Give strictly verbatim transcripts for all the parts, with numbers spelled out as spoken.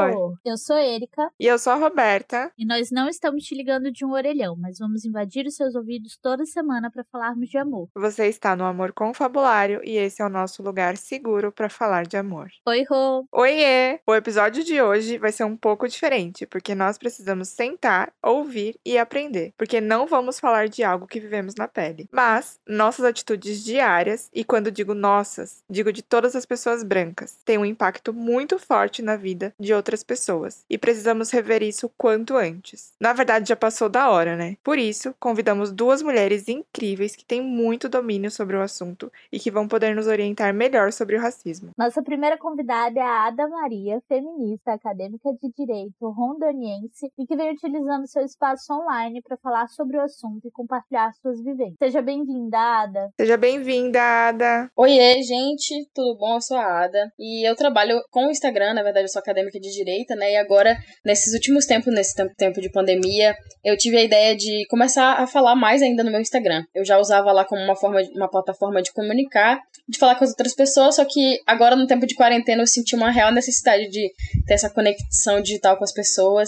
amor. Eu sou Erika. E eu sou a Roberta. E nós não estamos te ligando de um orelhão, mas vamos invadir os seus ouvidos toda semana para falarmos de amor. Você está no Amor Confabulário e esse é o nosso lugar seguro para falar de amor. Oi, Rô! Oiê! O episódio de hoje vai ser um pouco diferente, porque nós precisamos sentar, ouvir e aprender. Porque não vamos falar de algo que vivemos na pele, mas nossas atitudes diárias, e quando digo nossas, digo de todas as pessoas brancas, têm um impacto muito forte na vida de outras pessoas. E precisamos rever isso o quanto antes. Na verdade, já passou da hora, né? Por isso, convidamos duas mulheres incríveis que têm muito domínio sobre o assunto e que vão poder nos orientar melhor sobre o racismo. Nossa primeira convidada é a Ada Maria, feminista, acadêmica de direito, rondoniense e que vem utilizando seu espaço online para falar sobre o assunto e compartilhar suas vivências. Seja bem-vinda, Ada. Seja bem-vinda, Ada. Oiê, gente, tudo bom? Eu sou a Ada e eu trabalho com o Instagram, na verdade eu sou acadêmica de direito, né? E agora, nesses últimos tempos, nesse tempo de pandemia, eu tive a ideia de começar a falar mais ainda no meu Instagram. Eu já usava lá como uma forma, uma plataforma de comunicar, de falar com as outras pessoas, só que agora no tempo de quarentena eu senti uma real necessidade de ter essa conexão digital com as pessoas.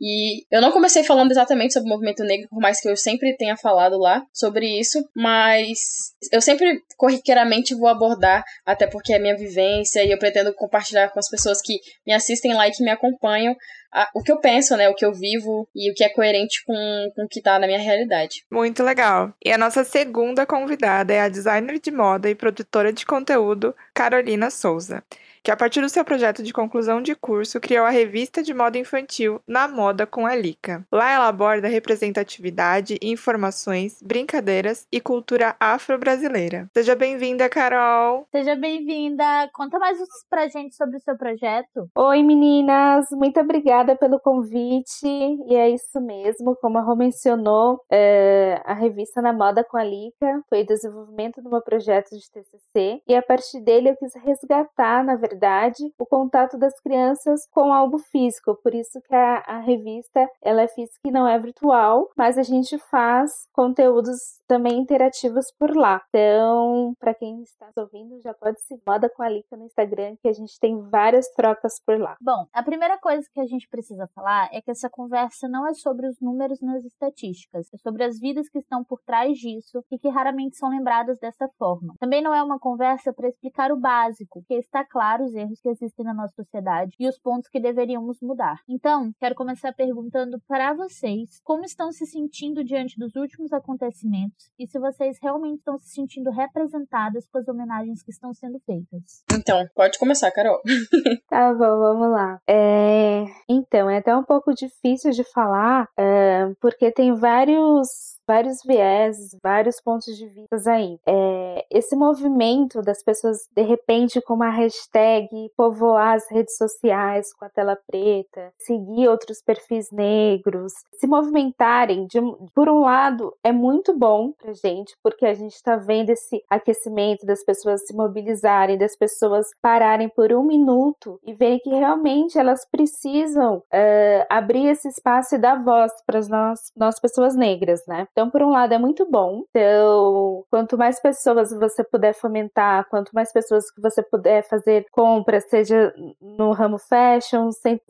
E eu não comecei falando exatamente sobre o movimento negro, por mais que eu sempre tenha falado lá sobre isso, mas eu sempre corriqueiramente vou abordar, até porque é a minha vivência e eu pretendo compartilhar com as pessoas que me assistem lá e que me acompanham a, o que eu penso, né, o que eu vivo e o que é coerente com, com o que tá na minha realidade. Muito legal. E a nossa segunda convidada é a designer de moda e produtora de conteúdo, Carolina Souza, que a partir do seu projeto de conclusão de curso criou a revista de moda infantil Na Moda com a Lica. Lá ela aborda representatividade, informações, brincadeiras e cultura afro-brasileira. Seja bem-vinda, Carol! Seja bem-vinda! Conta mais pra gente sobre o seu projeto. Oi, meninas! Muito obrigada pelo convite. E é isso mesmo, como a Rô mencionou, é, a revista Na Moda com a Lica foi o desenvolvimento do meu projeto de T C C e a partir dele eu quis resgatar, na verdade, verdade, o contato das crianças com algo físico, por isso que a, a revista ela é física e não é virtual, mas a gente faz conteúdos também interativos por lá. Então, para quem está ouvindo, já pode seguir Moda com a Lica no Instagram, que a gente tem várias trocas por lá. Bom, a primeira coisa que a gente precisa falar é que essa conversa não é sobre os números nas estatísticas, é sobre as vidas que estão por trás disso e que raramente são lembradas dessa forma. Também não é uma conversa para explicar o básico, que está claro os erros que existem na nossa sociedade e os pontos que deveríamos mudar. Então, quero começar perguntando para vocês como estão se sentindo diante dos últimos acontecimentos e se vocês realmente estão se sentindo representadas com as homenagens que estão sendo feitas. Então, pode começar, Carol. Tá bom, vamos lá. É... Então, é até um pouco difícil de falar, é... porque tem vários... vários vieses, vários pontos de vista aí. É, esse movimento das pessoas, de repente, com uma hashtag, povoar as redes sociais com a tela preta, seguir outros perfis negros, se movimentarem, de, por um lado, é muito bom pra gente, porque a gente tá vendo esse aquecimento das pessoas se mobilizarem, das pessoas pararem por um minuto e verem que realmente elas precisam uh, abrir esse espaço e dar voz para nós, nós pessoas negras, né? Então, por um lado, é muito bom. Então, quanto mais pessoas você puder fomentar, quanto mais pessoas que você puder fazer compras, seja no ramo fashion,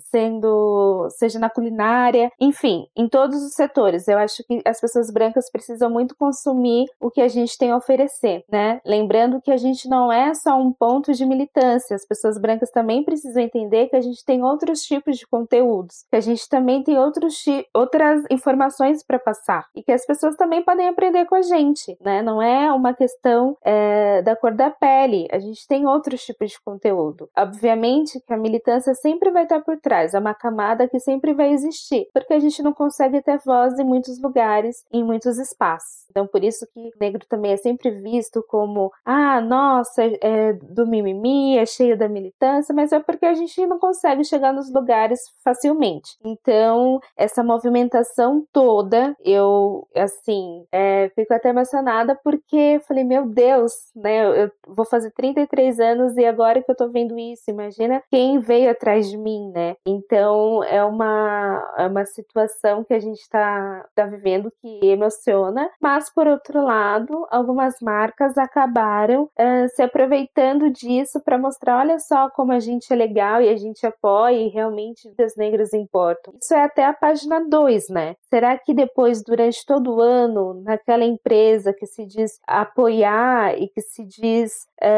sendo, seja na culinária, enfim, em todos os setores. Eu acho que as pessoas brancas precisam muito consumir o que a gente tem a oferecer, né? Lembrando que a gente não é só um ponto de militância. As pessoas brancas também precisam entender que a gente tem outros tipos de conteúdos, que a gente também tem outros, outras informações para passar e que as pessoas também podem aprender com a gente, né? Não é uma questão é, da cor da pele, a gente tem outros tipos de conteúdo. Obviamente que a militância sempre vai estar por trás, é uma camada que sempre vai existir, porque a gente não consegue ter voz em muitos lugares, em muitos espaços. Então, por isso que o negro também é sempre visto como, ah, nossa, é do mimimi, é cheio da militância, mas é porque a gente não consegue chegar nos lugares facilmente. Então, essa movimentação toda, eu assim, é, fico até emocionada porque falei, meu Deus, né, eu, eu vou fazer trinta e três anos e agora que eu tô vendo isso, imagina quem veio atrás de mim, né? Então é uma, é uma situação que a gente tá, tá vivendo que emociona, mas por outro lado, algumas marcas acabaram uh, se aproveitando disso para mostrar, olha só como a gente é legal e a gente apoia e realmente vidas negras importam. Isso é até a página dois, né? Será que depois, durante todo o ano, naquela empresa que se diz apoiar e que se diz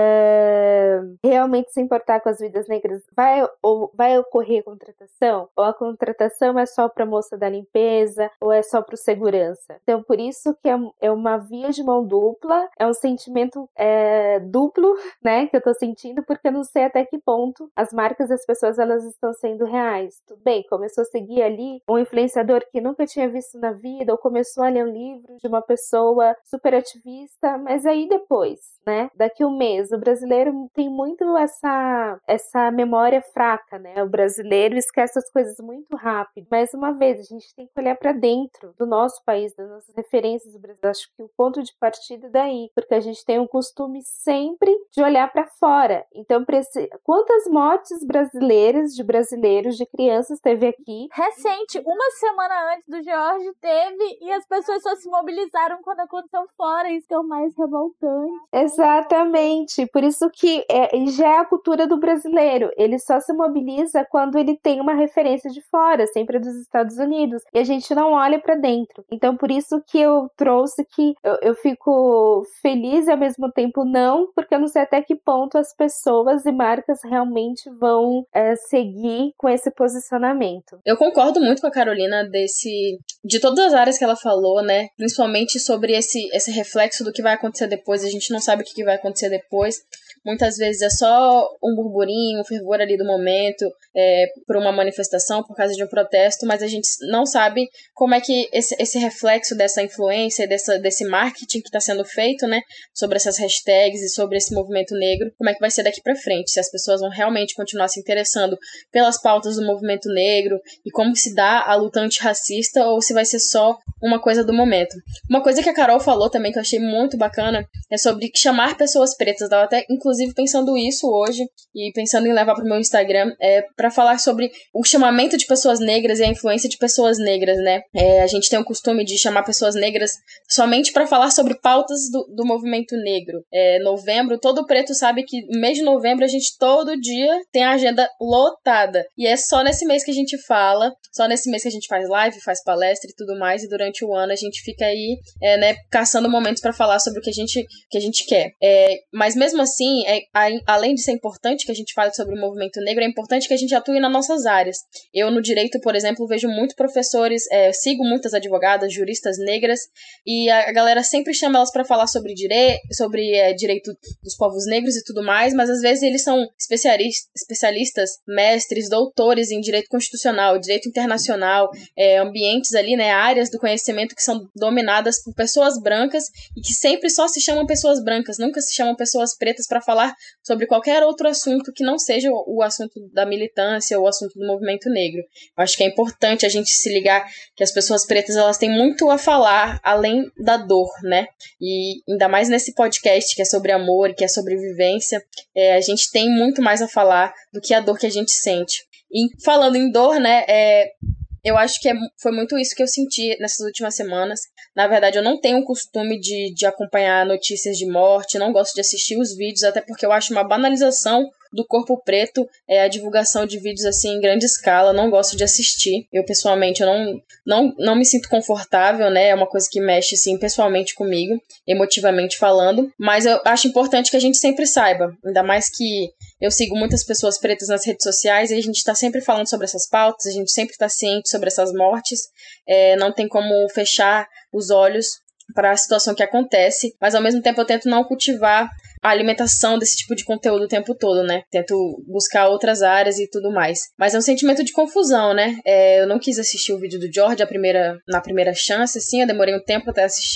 uh, realmente se importar com as vidas negras, vai, ou, vai ocorrer contratação? Ou a contratação é só para a moça da limpeza? Ou é só para o segurança? Então, por isso que é, é uma via de mão dupla, é um sentimento é, duplo, né, que eu tô sentindo, porque eu não sei até que ponto as marcas e as pessoas, elas estão sendo reais. Tudo bem, começou a seguir ali um influenciador que nunca tinha visto na vida, ou começou a ler um livro de uma pessoa super ativista, mas aí depois, né, daqui um mês, o brasileiro tem muito essa, essa memória fraca, né, o brasileiro esquece as coisas muito rápido. Mais uma vez, a gente tem que olhar para dentro do nosso país, das nossas referências do Brasil. Acho que o ponto de partida é daí, porque a gente tem um costume sempre de olhar para fora. Então, quantas mortes brasileiras, de brasileiros, de crianças teve aqui? Recente, uma semana antes do George teve, e as pessoas só se mobilizaram quando aconteceu fora. Isso que é o mais revoltante. Exatamente. Por isso que é, já é a cultura do brasileiro. Ele só se mobiliza quando ele tem uma referência de fora, sempre dos Estados Unidos. E a gente não olha para dentro. Então, por isso que eu trouxe que eu, eu fico feliz e ao mesmo tempo não, porque eu não sei até que ponto as pessoas e marcas realmente vão é, seguir com esse posicionamento. Eu concordo muito com a Carolina desse, de todas as áreas que ela falou, né? Principalmente sobre esse, esse reflexo do que vai acontecer depois. A gente não sabe o que vai acontecer depois. Muitas vezes é só um burburinho, um fervor ali do momento, é, por uma manifestação, por causa de um protesto, mas a gente não sabe como é que esse, esse reflexo dessa influência, dessa, desse marketing que está sendo feito, né, sobre essas hashtags e sobre esse movimento negro, como é que vai ser daqui para frente, se as pessoas vão realmente continuar se interessando pelas pautas do movimento negro e como se dá a luta antirracista, ou se vai ser só uma coisa do momento. Uma coisa que a Carol falou também, que eu achei muito bacana, é sobre chamar pessoas pretas. Eu tava até, inclusive, pensando isso hoje e pensando em levar pro meu Instagram, é, para falar sobre o chamamento de pessoas negras e a influência de pessoas negras, né? É, a gente tem o costume de chamar pessoas negras somente para falar sobre pautas do, do movimento negro. É, novembro, todo preto sabe que no mês de novembro a gente todo dia tem a agenda lotada. E é só nesse mês que a gente fala, só nesse mês que a gente faz live, faz palestra e tudo mais, e durante o ano a gente fica aí, é, né, caçando momentos para falar sobre o que a gente, que a gente quer. É, mas mesmo assim, é, a, além de ser importante que a gente fale sobre o movimento negro, é importante que a gente atue nas nossas áreas. Eu, no direito, por exemplo, vejo muitos professores, é, sigo muitas advogadas, juristas negras, e a, a galera sempre chama elas para falar sobre, dire... sobre é, direito dos povos negros e tudo mais, mas às vezes eles são especialistas, especialistas mestres, doutores em direito constitucional, direito internacional, é, ambientes ali, né, áreas do conhecimento que são dominadas por pessoas brancas e que sempre só se chamam pessoas brancas, nunca se chamam pessoas pretas para falar sobre qualquer outro assunto que não seja o, o assunto da militância ou o assunto do movimento negro. Eu acho que é importante a gente se ligar que as pessoas pretas, elas têm muito a falar além da dor, né? E ainda mais nesse podcast que é sobre amor, que é sobre vivência, é, a gente tem muito mais a falar do que a dor que a gente sente. E falando em dor, né, é, eu acho que é, foi muito isso que eu senti nessas últimas semanas. Na verdade, eu não tenho o costume de, de acompanhar notícias de morte, não gosto de assistir os vídeos, até porque eu acho uma banalização do corpo preto, é, a divulgação de vídeos assim em grande escala, não gosto de assistir. Eu, pessoalmente, eu não, não, não me sinto confortável, né? É uma coisa que mexe, assim, pessoalmente comigo, emotivamente falando. Mas eu acho importante que a gente sempre saiba, ainda mais que eu sigo muitas pessoas pretas nas redes sociais e a gente tá sempre falando sobre essas pautas, a gente sempre tá ciente sobre essas mortes, é, não tem como fechar os olhos para a situação que acontece, mas ao mesmo tempo eu tento não cultivar a alimentação desse tipo de conteúdo o tempo todo, né? Tento buscar outras áreas e tudo mais. Mas é um sentimento de confusão, né? É, eu não quis assistir o vídeo do George a primeira, na primeira chance, assim, eu demorei um tempo até assistir.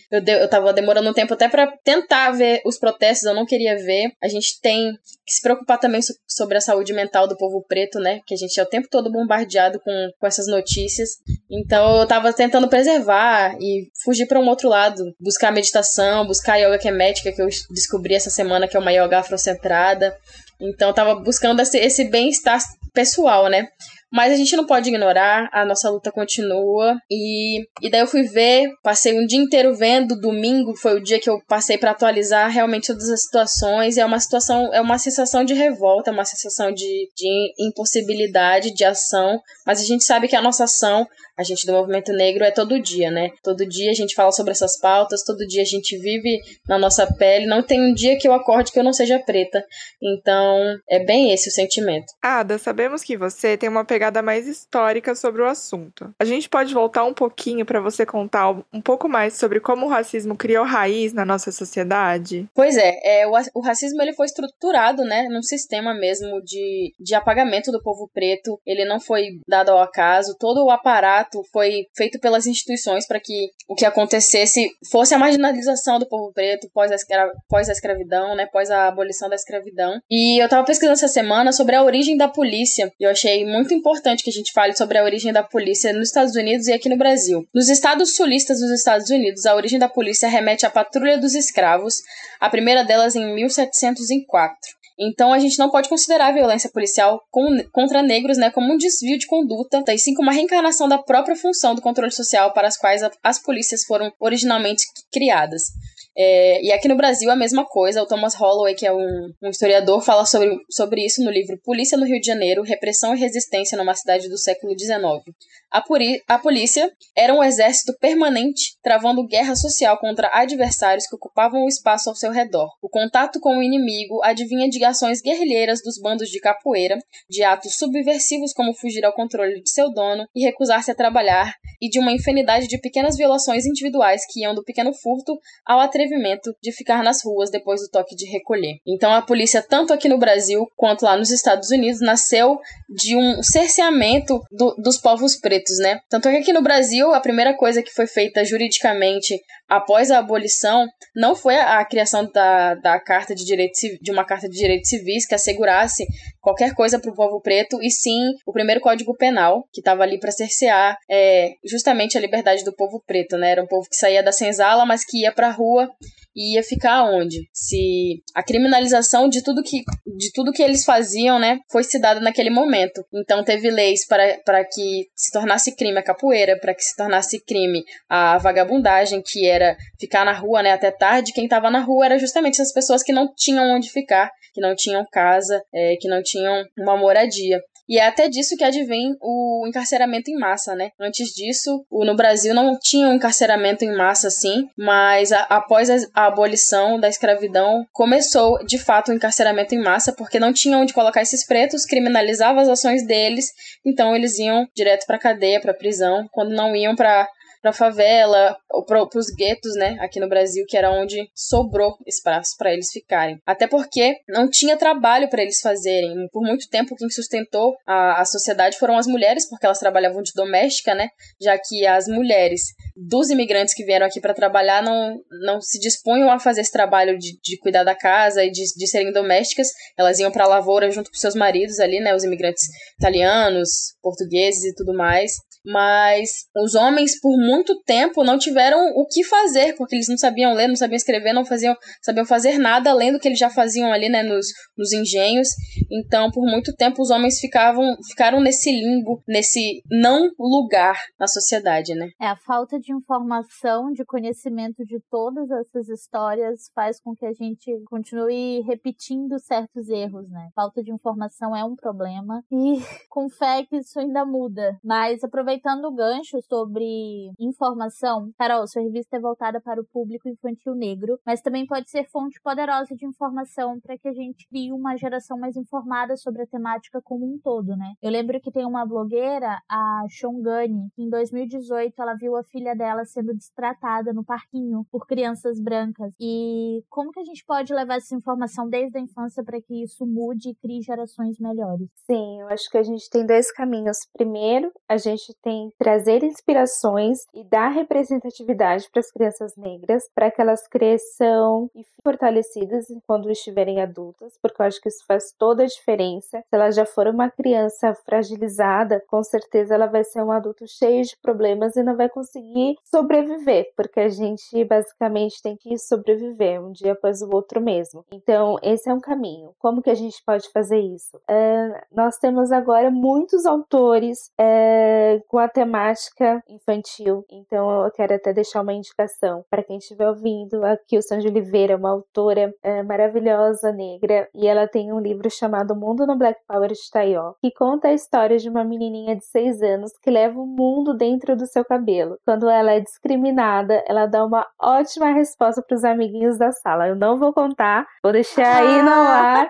eu, de, eu tava demorando um tempo até pra tentar ver os protestos, eu não queria ver. A gente tem que se preocupar também so, sobre a saúde mental do povo preto, né? Que a gente é o tempo todo bombardeado com, com essas notícias. Então eu tava tentando preservar e fugir pra um outro lado. Buscar meditação, buscar yoga kemética, que eu descobri essa semana, que é uma yoga afrocentrada. Então eu tava buscando esse, esse bem-estar pessoal, né? Mas a gente não pode ignorar, a nossa luta continua. E, e daí eu fui ver, passei um dia inteiro vendo, domingo foi o dia que eu passei para atualizar realmente todas as situações. E é uma situação, é uma sensação de revolta, é uma sensação de, de impossibilidade de ação. Mas a gente sabe que a nossa ação, a gente do movimento negro, é todo dia, né? Todo dia a gente fala sobre essas pautas, todo dia a gente vive na nossa pele. Não tem um dia que eu acorde que eu não seja preta. Então, é bem esse o sentimento. Ada, sabemos que você tem uma pegada mais histórica sobre o assunto. A gente pode voltar um pouquinho para você contar um pouco mais sobre como o racismo criou raiz na nossa sociedade? Pois é, é o, o racismo ele foi estruturado, né, num sistema mesmo de, de apagamento do povo preto. Ele não foi dado ao acaso, todo o aparato foi feito pelas instituições para que o que acontecesse fosse a marginalização do povo preto pós a, escra, pós a escravidão, né, pós a abolição da escravidão. E eu tava pesquisando essa semana sobre a origem da polícia, e eu achei muito importante que a gente fale sobre a origem da polícia nos Estados Unidos e aqui no Brasil. Nos estados sulistas dos Estados Unidos, a origem da polícia remete à Patrulha dos Escravos, a primeira delas em mil setecentos e quatro. Então a gente não pode considerar a violência policial com, contra negros, né, como um desvio de conduta, e sim como uma reencarnação da própria função do controle social para as quais a, as polícias foram originalmente criadas. É, e aqui no Brasil a mesma coisa. O Thomas Holloway, que é um, um historiador, fala sobre, sobre isso no livro Polícia no Rio de Janeiro, Repressão e Resistência numa Cidade do Século dezenove. A, puri, a polícia era um exército permanente, travando guerra social contra adversários que ocupavam o espaço ao seu redor. O contato com o inimigo advinha de ações guerrilheiras dos bandos de capoeira, de atos subversivos como fugir ao controle de seu dono e recusar-se a trabalhar, e de uma infinidade de pequenas violações individuais que iam do pequeno furto ao atrevimento de ficar nas ruas depois do toque de recolher. Então a polícia, tanto aqui no Brasil quanto lá nos Estados Unidos, nasceu de um cerceamento do, dos povos pretos, né? Tanto que aqui no Brasil, a primeira coisa que foi feita juridicamente após a abolição não foi a, a criação da, da carta de, direitos, de uma carta de direitos civis que assegurasse qualquer coisa para o povo preto, e sim o primeiro Código Penal, que estava ali para cercear é, justamente a liberdade do povo preto, né? Era um povo que saía da senzala, mas que ia para a rua e ia ficar onde? Se a criminalização de tudo que, de tudo que eles faziam, né, foi se dada naquele momento. Então teve leis para, para que se tornasse crime a capoeira, para que se tornasse crime a vagabundagem, que era ficar na rua, né, até tarde. Quem estava na rua era justamente essas pessoas que não tinham onde ficar, que não tinham casa, é, que não tinham uma moradia. E é até disso que advém o encarceramento em massa, né? Antes disso, o, no Brasil não tinha um encarceramento em massa, sim, mas a, após a, a abolição da escravidão, começou, de fato, o encarceramento em massa, porque não tinham onde colocar esses pretos, criminalizava as ações deles, então eles iam direto pra cadeia, pra prisão, quando não iam pra... pra favela, ou pro, pros guetos, né, aqui no Brasil, que era onde sobrou espaço para eles ficarem. Até porque não tinha trabalho para eles fazerem. Por muito tempo, quem sustentou a, a sociedade foram as mulheres, porque elas trabalhavam de doméstica, né, já que as mulheres dos imigrantes que vieram aqui para trabalhar não, não se dispunham a fazer esse trabalho de, de cuidar da casa e de, de serem domésticas. Elas iam para a lavoura junto com seus maridos ali, né, os imigrantes italianos, portugueses e tudo mais. Mas os homens, por muito tempo, não tiveram o que fazer, porque eles não sabiam ler, não sabiam escrever, não faziam, sabiam fazer nada além do que eles já faziam ali, né, nos, nos engenhos. Então, por muito tempo, os homens ficavam, ficaram nesse limbo, nesse não lugar na sociedade, né? É, a falta de informação, de conhecimento de todas essas histórias faz com que a gente continue repetindo certos erros, né? Falta de informação é um problema e com fé que isso ainda muda. Mas aproveitando Aproveitando o gancho sobre informação, Carol, sua revista é voltada para o público infantil negro, mas também pode ser fonte poderosa de informação para que a gente crie uma geração mais informada sobre a temática como um todo, né? Eu lembro que tem uma blogueira, a Shongani, que em dois mil e dezoito ela viu a filha dela sendo destratada no parquinho por crianças brancas. E como que a gente pode levar essa informação desde a infância para que isso mude e crie gerações melhores? Sim, eu acho que a gente tem dois caminhos. Primeiro, a gente tem que trazer inspirações e dar representatividade para as crianças negras, para que elas cresçam e fiquem fortalecidas quando estiverem adultas, porque eu acho que isso faz toda a diferença. Se ela já for uma criança fragilizada, com certeza ela vai ser um adulto cheio de problemas e não vai conseguir sobreviver, porque a gente basicamente tem que sobreviver um dia após o outro mesmo. Então, esse é um caminho. Como que a gente pode fazer isso? É, nós temos agora muitos autores é, com a temática infantil, então eu quero até deixar uma indicação para quem estiver ouvindo. A Kilson de Oliveira é uma autora é, maravilhosa, negra, e ela tem um livro chamado O Mundo no Black Power de Taió, que conta a história de uma menininha de seis anos que leva o mundo dentro do seu cabelo. Quando ela é discriminada, ela dá uma ótima resposta para os amiguinhos da sala. Eu não vou contar, vou deixar ah, aí no ar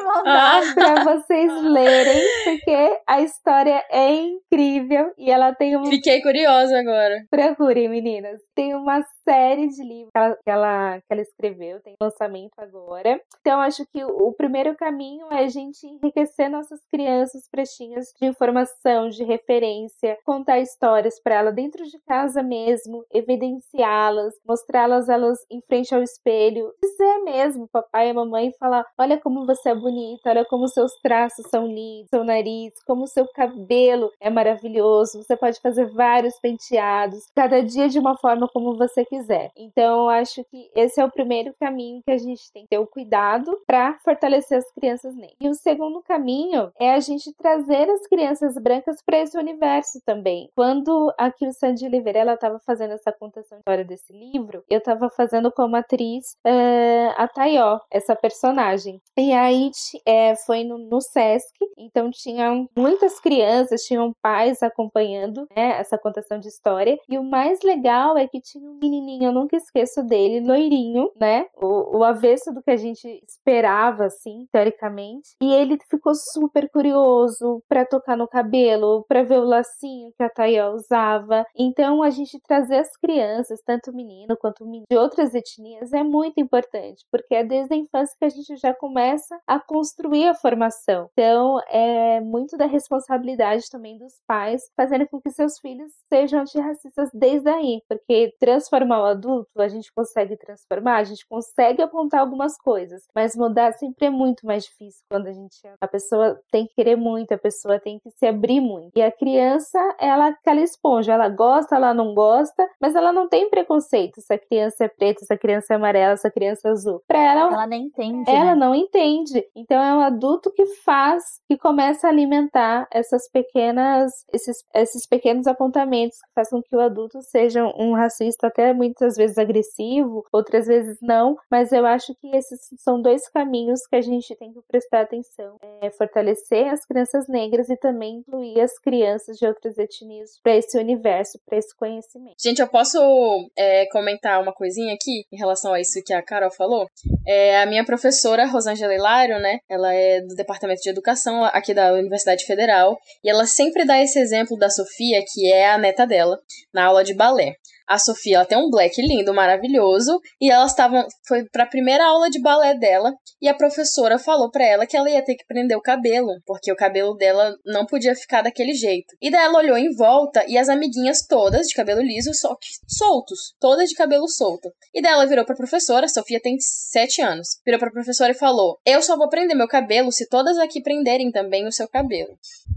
para vocês lerem, porque a história é incrível e ela tem um... Fiquei curiosa agora. Procurem, meninas. Tem uma série de livros que ela, que ela, que ela escreveu, tem lançamento agora. Então, acho que o, o primeiro caminho é a gente enriquecer nossas crianças pretinhas de informação, de referência, contar histórias para ela dentro de casa mesmo, evidenciá-las, mostrá-las elas em frente ao espelho, dizer mesmo, papai e mamãe, falar: olha como você é bonita, olha como seus traços são lindos, seu nariz, como o seu cabelo é maravilhoso, você pode fazer vários penteados, cada dia de uma forma como você quiser. Então, acho que esse é o primeiro caminho que a gente tem que ter o cuidado para fortalecer as crianças negras. E o segundo caminho é a gente trazer as crianças brancas para esse universo também. Quando a Kilson de Oliveira ela estava fazendo essa contação de história desse livro, eu estava fazendo como atriz uh, a Taió, essa personagem. E aí é, foi no, no Sesc, então tinham muitas crianças, tinham pais acompanhando, né, essa contação de história. E o mais legal é que tinha um menininho, eu nunca esqueço dele, loirinho, né, o, o avesso do que a gente esperava, assim, teoricamente. E ele ficou super curioso para tocar no cabelo, para ver o lacinho que a Taió usava. Então, a gente trazer as crianças, tanto o menino quanto o menino de outras etnias, é muito importante, porque é desde a infância que a gente já começa a construir a formação. Então, é muito da responsabilidade também dos pais fazerem com que seus filhos sejam antirracistas desde aí, porque transformar o adulto, a gente consegue transformar, a gente consegue apontar algumas coisas, mas mudar sempre é muito mais difícil quando a gente... A pessoa tem que querer muito, a pessoa tem que se abrir muito. E a criança, ela é aquela esponja, ela gosta, ela não gosta, mas ela não tem preconceito se a criança é preta, se a criança é amarela, se a criança é azul. Pra ela... Ela nem entende, Ela né? não entende. Então é um adulto que faz, que começa a alimentar essas pequenas, esses, esses pequenos apontamentos que fazem com que o adulto seja um racista até muitas vezes agressivo, outras vezes não, mas eu acho que esses são dois caminhos que a gente tem que prestar atenção. É fortalecer as crianças negras e também incluir as crianças de outras etnias para esse universo, para esse conhecimento. Gente, eu posso é, comentar uma coisinha aqui em relação a isso que a Carol falou? É, a minha professora, Rosângela Hilário, né, ela é do Departamento de Educação aqui da Universidade Federal, e ela sempre dá esse exemplo da Sofia, que é a neta dela, na aula de balé. A Sofia, ela tem um black lindo, maravilhoso, e elas estavam, foi pra primeira aula de balé dela, e a professora falou pra ela que ela ia ter que prender o cabelo, porque o cabelo dela não podia ficar daquele jeito. E daí ela olhou em volta, e as amiguinhas todas de cabelo liso, só que soltos, todas de cabelo solto. E daí ela virou pra professora, a Sofia tem sete anos, virou pra professora e falou: eu só vou prender meu cabelo se todas aqui prenderem também o seu cabelo.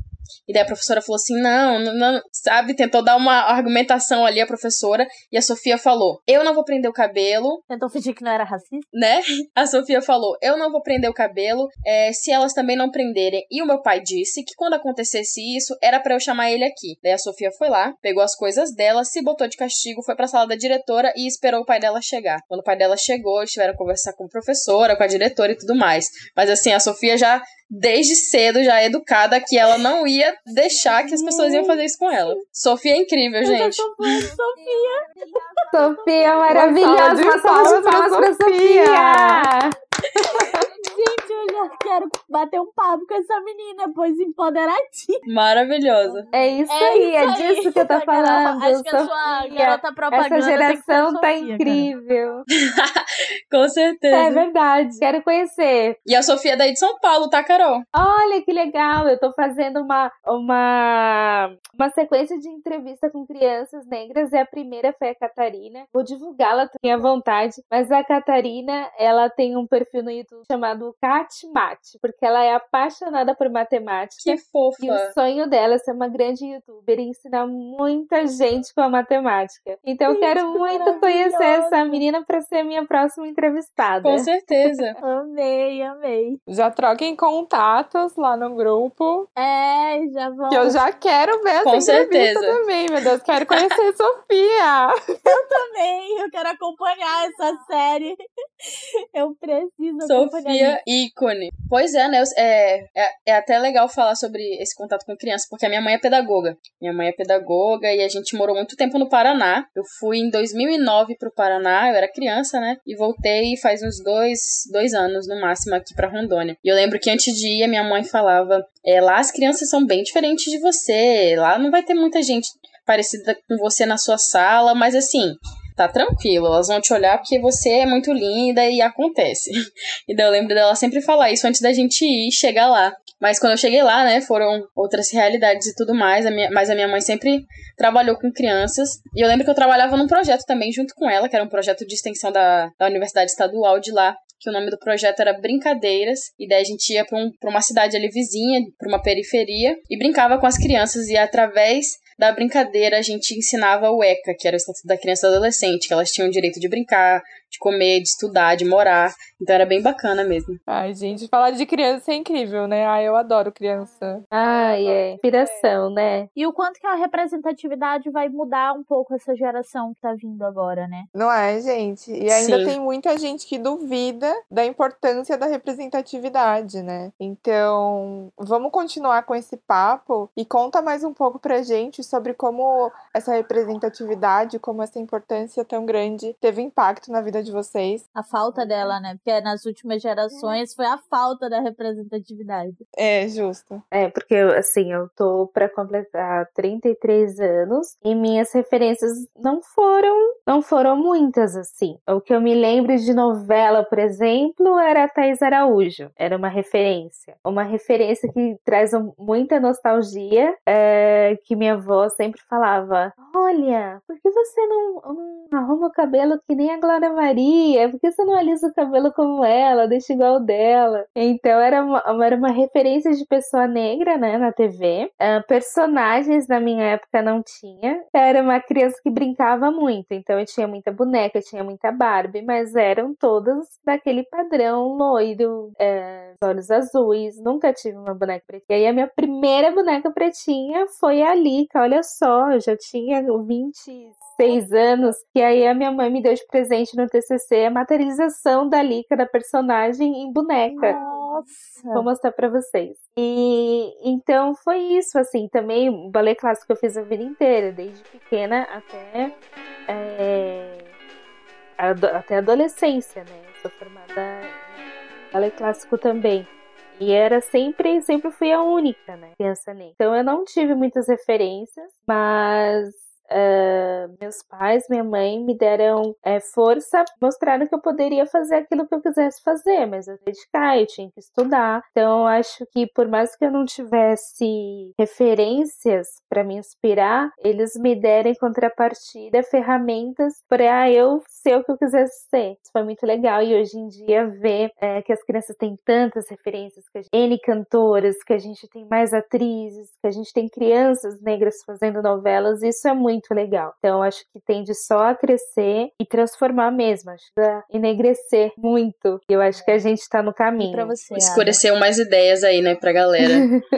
E daí a professora falou assim, não, não, não, sabe, tentou dar uma argumentação ali a professora, e a Sofia falou, eu não vou prender o cabelo. Tentou fingir que não era racista? Né? A Sofia falou, eu não vou prender o cabelo, é, se elas também não prenderem. E o meu pai disse que quando acontecesse isso, era pra eu chamar ele aqui. Daí a Sofia foi lá, pegou as coisas dela, se botou de castigo, foi pra sala da diretora e esperou o pai dela chegar. Quando o pai dela chegou, eles tiveram que conversar com a professora, com a diretora e tudo mais. Mas assim, a Sofia já... desde cedo, já educada, que ela não ia deixar que as pessoas iam fazer isso com ela. Sofia é incrível, gente. Sofia! Sofia maravilhosa! Uma salva de palmas pra Sofia! Gente, eu eu quero bater um papo com essa menina, pois empoderadinha. Maravilhosa. É isso É aí, isso é aí. disso que eu tô falando. Acho que a sua Sofia. garota propaganda Essa tem que ser a geração tá Sofia, incrível. Com É certeza. verdade. Quero conhecer. E a Sofia é daí de São Paulo, tá, Carol? Olha que legal. Eu tô fazendo uma, uma, uma sequência de entrevista com crianças negras. E a primeira foi a Catarina. Vou divulgá-la também à vontade. Mas a Catarina, ela tem um perfil no YouTube chamado Cat Mate, porque ela é apaixonada por matemática. Que fofa. E o sonho dela é ser uma grande youtuber e ensinar muita gente com a matemática. Então eu quero que muito conhecer maravilhosa. essa menina para ser a minha próxima entrevistada. Com certeza. Amei, amei. Já troquem contatos lá no grupo. É, já vamos. Que eu já quero ver essa Com entrevista certeza. também, meu Deus. Quero conhecer a Sofia. também, eu quero acompanhar essa série. Eu preciso acompanhar Sofia, isso. ícone. Pois é, né? É, é, é até legal falar sobre esse contato com criança, porque a minha mãe é pedagoga. Minha mãe é pedagoga e a gente morou muito tempo no Paraná. Eu fui em dois mil e nove pro Paraná, eu era criança, né? E voltei faz uns dois, dois anos, no máximo, aqui pra Rondônia. E eu lembro que antes de ir, a minha mãe falava, é, lá as crianças são bem diferentes de você, lá não vai ter muita gente parecida com você na sua sala, mas assim... Tá tranquilo, elas vão te olhar porque você é muito linda e acontece. E daí eu lembro dela sempre falar isso antes da gente ir chegar lá. Mas quando eu cheguei lá, né, foram outras realidades e tudo mais, a minha, mas a minha mãe sempre trabalhou com crianças. E eu lembro que eu trabalhava num projeto também junto com ela, que era um projeto de extensão da, da Universidade Estadual de lá, que o nome do projeto era Brincadeiras, e daí a gente ia pra, um, pra uma cidade ali vizinha, pra uma periferia, e brincava com as crianças, e através da brincadeira a gente ensinava o ECA, que era o Estatuto da Criança e do Adolescente, que elas tinham o direito de brincar, de comer, de estudar, de morar, então era bem bacana mesmo. Ai, gente, falar de criança é incrível, né? Ai, eu adoro criança. Ai, é inspiração, né? E o quanto que a representatividade vai mudar um pouco essa geração que tá vindo agora, né? Não é, gente? E ainda Sim. tem muita gente que duvida da importância da representatividade, né? Então, vamos continuar com esse papo e conta mais um pouco pra gente sobre como essa representatividade, como essa importância tão grande teve impacto na vida de vocês. A falta dela, né? Porque nas últimas gerações foi a falta da representatividade. É, justo. É, porque, assim, eu tô pra completar trinta e três anos e minhas referências não foram, não foram muitas, assim. O que eu me lembro de novela, por exemplo, era a Thaís Araújo. Era uma referência. Uma referência que traz um, muita nostalgia, é, que minha avó sempre falava, olha, por que você não, não arruma o cabelo que nem a Glória Maria? Por que você não alisa o cabelo como ela? Deixa igual o dela. Então, era uma, era uma referência de pessoa negra, né, na T V. Uh, personagens na minha época não tinha. Eu era uma criança que brincava muito, então eu tinha muita boneca, eu tinha muita Barbie, mas eram todas daquele padrão loiro, é, olhos azuis. Nunca tive uma boneca pretinha. E aí a minha primeira boneca pretinha foi a Lika, olha só, eu já tinha vinte e seis anos, e aí a minha mãe me deu de presente no T C C a materialização da Lika, da personagem, em boneca. Nossa! Vou mostrar pra vocês. E então foi isso, assim, também o balé clássico eu fiz a vida inteira, desde pequena até é, até a adolescência, né? Eu sou formada em balé clássico também. E era sempre, sempre fui a única, né? Criança negra. Então eu não tive muitas referências, mas Uh, meus pais, minha mãe me deram é, força, mostraram que eu poderia fazer aquilo que eu quisesse fazer, mas eu tinha que dedicar, eu tinha que estudar. Então eu acho que por mais que eu não tivesse referências para me inspirar, eles me deram em contrapartida ferramentas para eu ser o que eu quisesse ser. Isso foi muito legal, e hoje em dia ver é, que as crianças têm tantas referências, que a gente tem N cantoras, que a gente tem mais atrizes, que a gente tem crianças negras fazendo novelas, isso é muito muito legal. Então, acho que tende só a crescer e transformar mesmo, acho que a enegrecer muito. E eu acho que a gente tá no caminho. E pra você, Escureceu mais ideias aí, né, pra galera.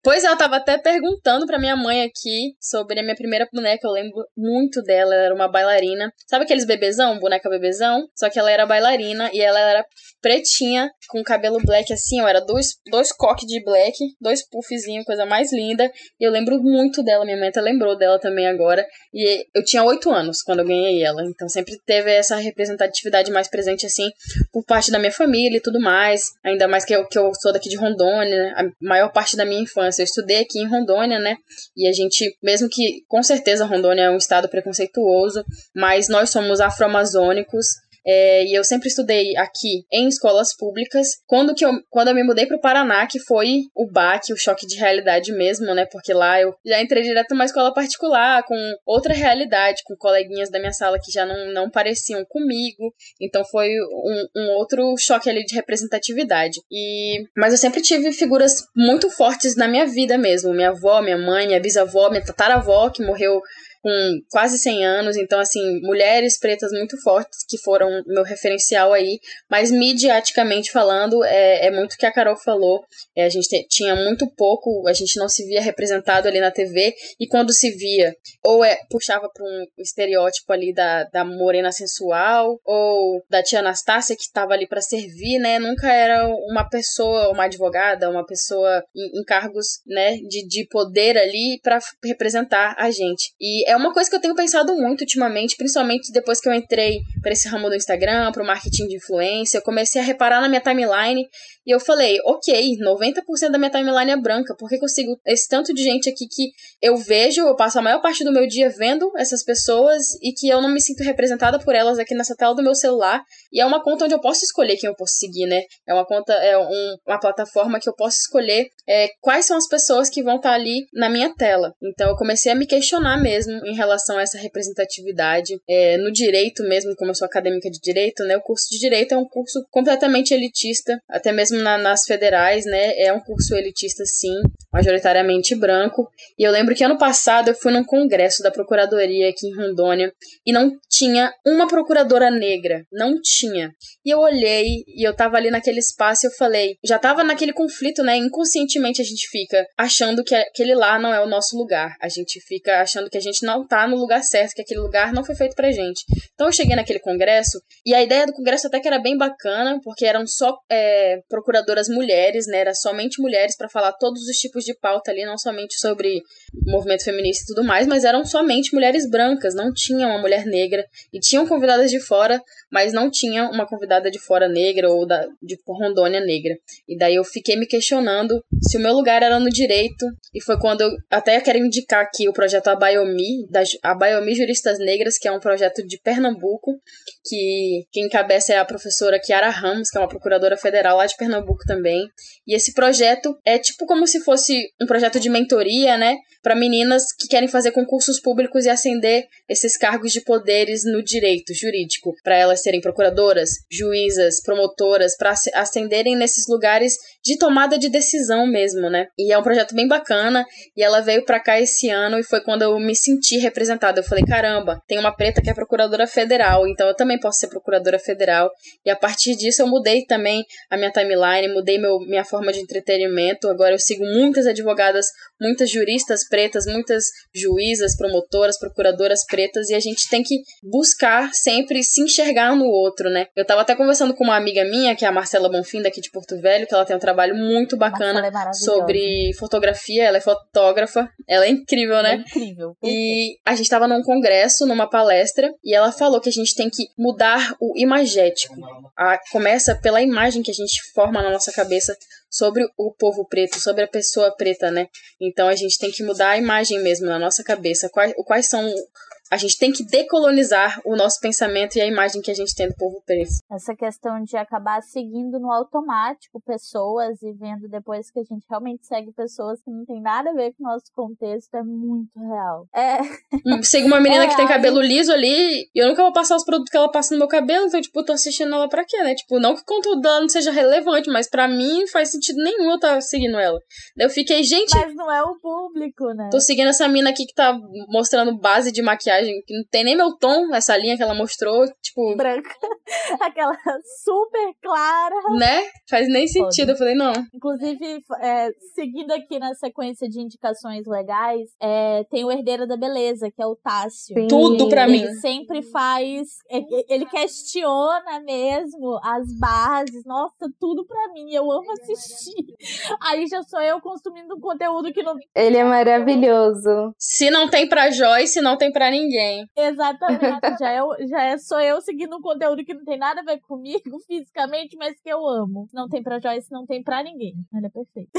Pois é, eu tava até perguntando pra minha mãe aqui sobre a minha primeira boneca. Eu lembro muito dela, ela era uma bailarina. Sabe aqueles bebezão, boneca bebezão? Só que ela era bailarina e ela era pretinha, com cabelo black assim, ó. Era dois, dois coques de black, dois puffzinhos, coisa mais linda. E eu lembro muito dela, minha mãe até lembrou dela também agora. E eu tinha oito anos quando eu ganhei ela. Então sempre teve essa representatividade mais presente assim, por parte da minha família e tudo mais. Ainda mais que eu, que eu sou daqui de Rondônia, né? A maior parte da minha infância eu estudei aqui em Rondônia, né? E a gente, mesmo que com certeza Rondônia é um estado preconceituoso, mas nós somos afro-amazônicos. É, e eu sempre estudei aqui em escolas públicas. Quando, que eu, quando eu me mudei pro Paraná, que foi o baque, o choque de realidade mesmo, né? Porque lá eu já entrei direto numa escola particular, com outra realidade, com coleguinhas da minha sala que já não, não pareciam comigo. Então foi um, um outro choque ali de representatividade. E, mas eu sempre tive figuras muito fortes na minha vida mesmo. Minha avó, minha mãe, minha bisavó, minha tataravó, que morreu com quase cem anos, então assim, mulheres pretas muito fortes que foram meu referencial aí, mas midiaticamente falando, é, é muito o que a Carol falou, é, a gente te, tinha muito pouco, a gente não se via representado ali na T V, e quando se via, ou é, puxava para um estereótipo ali da, da morena sensual, ou da tia Anastácia que estava ali para servir, né, nunca era uma pessoa, uma advogada, uma pessoa em, em cargos, né, de, de poder ali para representar a gente, e é uma coisa que eu tenho pensado muito ultimamente, principalmente depois que eu entrei para esse ramo do Instagram, para o marketing de influência, eu comecei a reparar na minha timeline e eu falei, ok, noventa por cento da minha timeline é branca, por que, que eu sigo esse tanto de gente aqui que eu vejo, eu passo a maior parte do meu dia vendo essas pessoas e que eu não me sinto representada por elas aqui nessa tela do meu celular, e é uma conta onde eu posso escolher quem eu posso seguir, né? É uma conta, é um, uma plataforma que eu posso escolher é, quais são as pessoas que vão estar ali na minha tela. Então eu comecei a me questionar mesmo em relação a essa representatividade. É, no direito mesmo, como eu sou acadêmica de direito, né, o curso de direito é um curso completamente elitista, até mesmo na, nas federais, né, é um curso elitista sim, majoritariamente branco. E eu lembro que ano passado eu fui num congresso da procuradoria aqui em Rondônia e não tinha uma procuradora negra, não tinha. E eu olhei e eu tava ali naquele espaço e eu falei, já tava naquele conflito, né, inconscientemente a gente fica achando que aquele lá não é o nosso lugar, a gente fica achando que a gente não tá no lugar certo, que aquele lugar não foi feito pra gente. Então eu cheguei naquele congresso, e a ideia do congresso até que era bem bacana, porque eram só é, procuradoras mulheres, né, era somente mulheres pra falar todos os tipos de pauta ali, não somente sobre movimento feminista e tudo mais, mas eram somente mulheres brancas, não tinha uma mulher negra, e tinham convidadas de fora, mas não tinha uma convidada de fora negra ou da, de Rondônia negra. E daí eu fiquei me questionando se o meu lugar era no direito, e foi quando eu até quero indicar aqui o projeto Abaiomi, da Abaiomi Juristas Negras, que é um projeto de Pernambuco, que quem encabeça é a professora Kiara Ramos, que é uma procuradora federal lá de Pernambuco também. E esse projeto é tipo como se fosse um projeto de mentoria, né, para meninas que querem fazer concursos públicos e ascender esses cargos de poderes no direito jurídico, para elas serem procuradoras, juízas, promotoras, para ascenderem nesses lugares de tomada de decisão mesmo, né? E é um projeto bem bacana, e ela veio para cá esse ano e foi quando eu me senti representada. Eu falei, caramba, tem uma preta que é procuradora federal, então eu também posso ser procuradora federal. E a partir disso eu mudei também a minha timeline, mudei meu, minha forma de entretenimento. Agora eu sigo muitas advogadas, muitas juristas pretas, muitas juízas, promotoras, procuradoras pretas, e a gente tem que buscar sempre se enxergar no outro, né? Eu tava até conversando com uma amiga minha, que é a Marcela Bonfim, daqui de Porto Velho, que ela tem um trabalho muito bacana é sobre fotografia, ela é fotógrafa, ela é incrível, né? É incrível. E a gente tava num congresso, numa palestra, e ela falou que a gente tem que mudar o imagético. A, começa pela imagem que a gente forma na nossa cabeça sobre o povo preto, sobre a pessoa preta, né? Então a gente tem que mudar a imagem mesmo na nossa cabeça. Quais, quais são... A gente tem que decolonizar o nosso pensamento e a imagem que a gente tem do povo preto. Essa questão de acabar seguindo no automático pessoas e vendo depois que a gente realmente segue pessoas que não tem nada a ver com o nosso contexto é muito real. É. Sigo uma menina é que tem cabelo liso ali e eu nunca vou passar os produtos que ela passa no meu cabelo, então, tipo, eu tô assistindo ela pra quê, né? Tipo, não que o conteúdo dela não seja relevante, mas pra mim não faz sentido nenhum eu estar seguindo ela. Daí eu fiquei, gente... Mas não é o público, né? Tô seguindo essa mina aqui que tá mostrando base de maquiagem maquiagem que não tem nem meu tom, essa linha que ela mostrou, tipo... Branca. Aquela super clara. Né? Faz nem sentido. Foda. Eu falei, não. Inclusive, é, seguindo aqui na sequência de indicações legais, é, tem o Herdeiro da Beleza, que é o Tássio. Sim. Tudo pra mim. Ele sempre faz... Ele questiona mesmo as bases. Nossa, tudo pra mim. Eu amo assistir. Aí já sou eu consumindo um conteúdo que não... Ele é maravilhoso. Se não tem pra Joyce, não tem pra ninguém. Exatamente. Já, é, já é, sou eu seguindo um conteúdo que não tem nada a ver comigo fisicamente, mas que eu amo. Não tem pra Joyce, não tem pra ninguém. Ela é perfeita.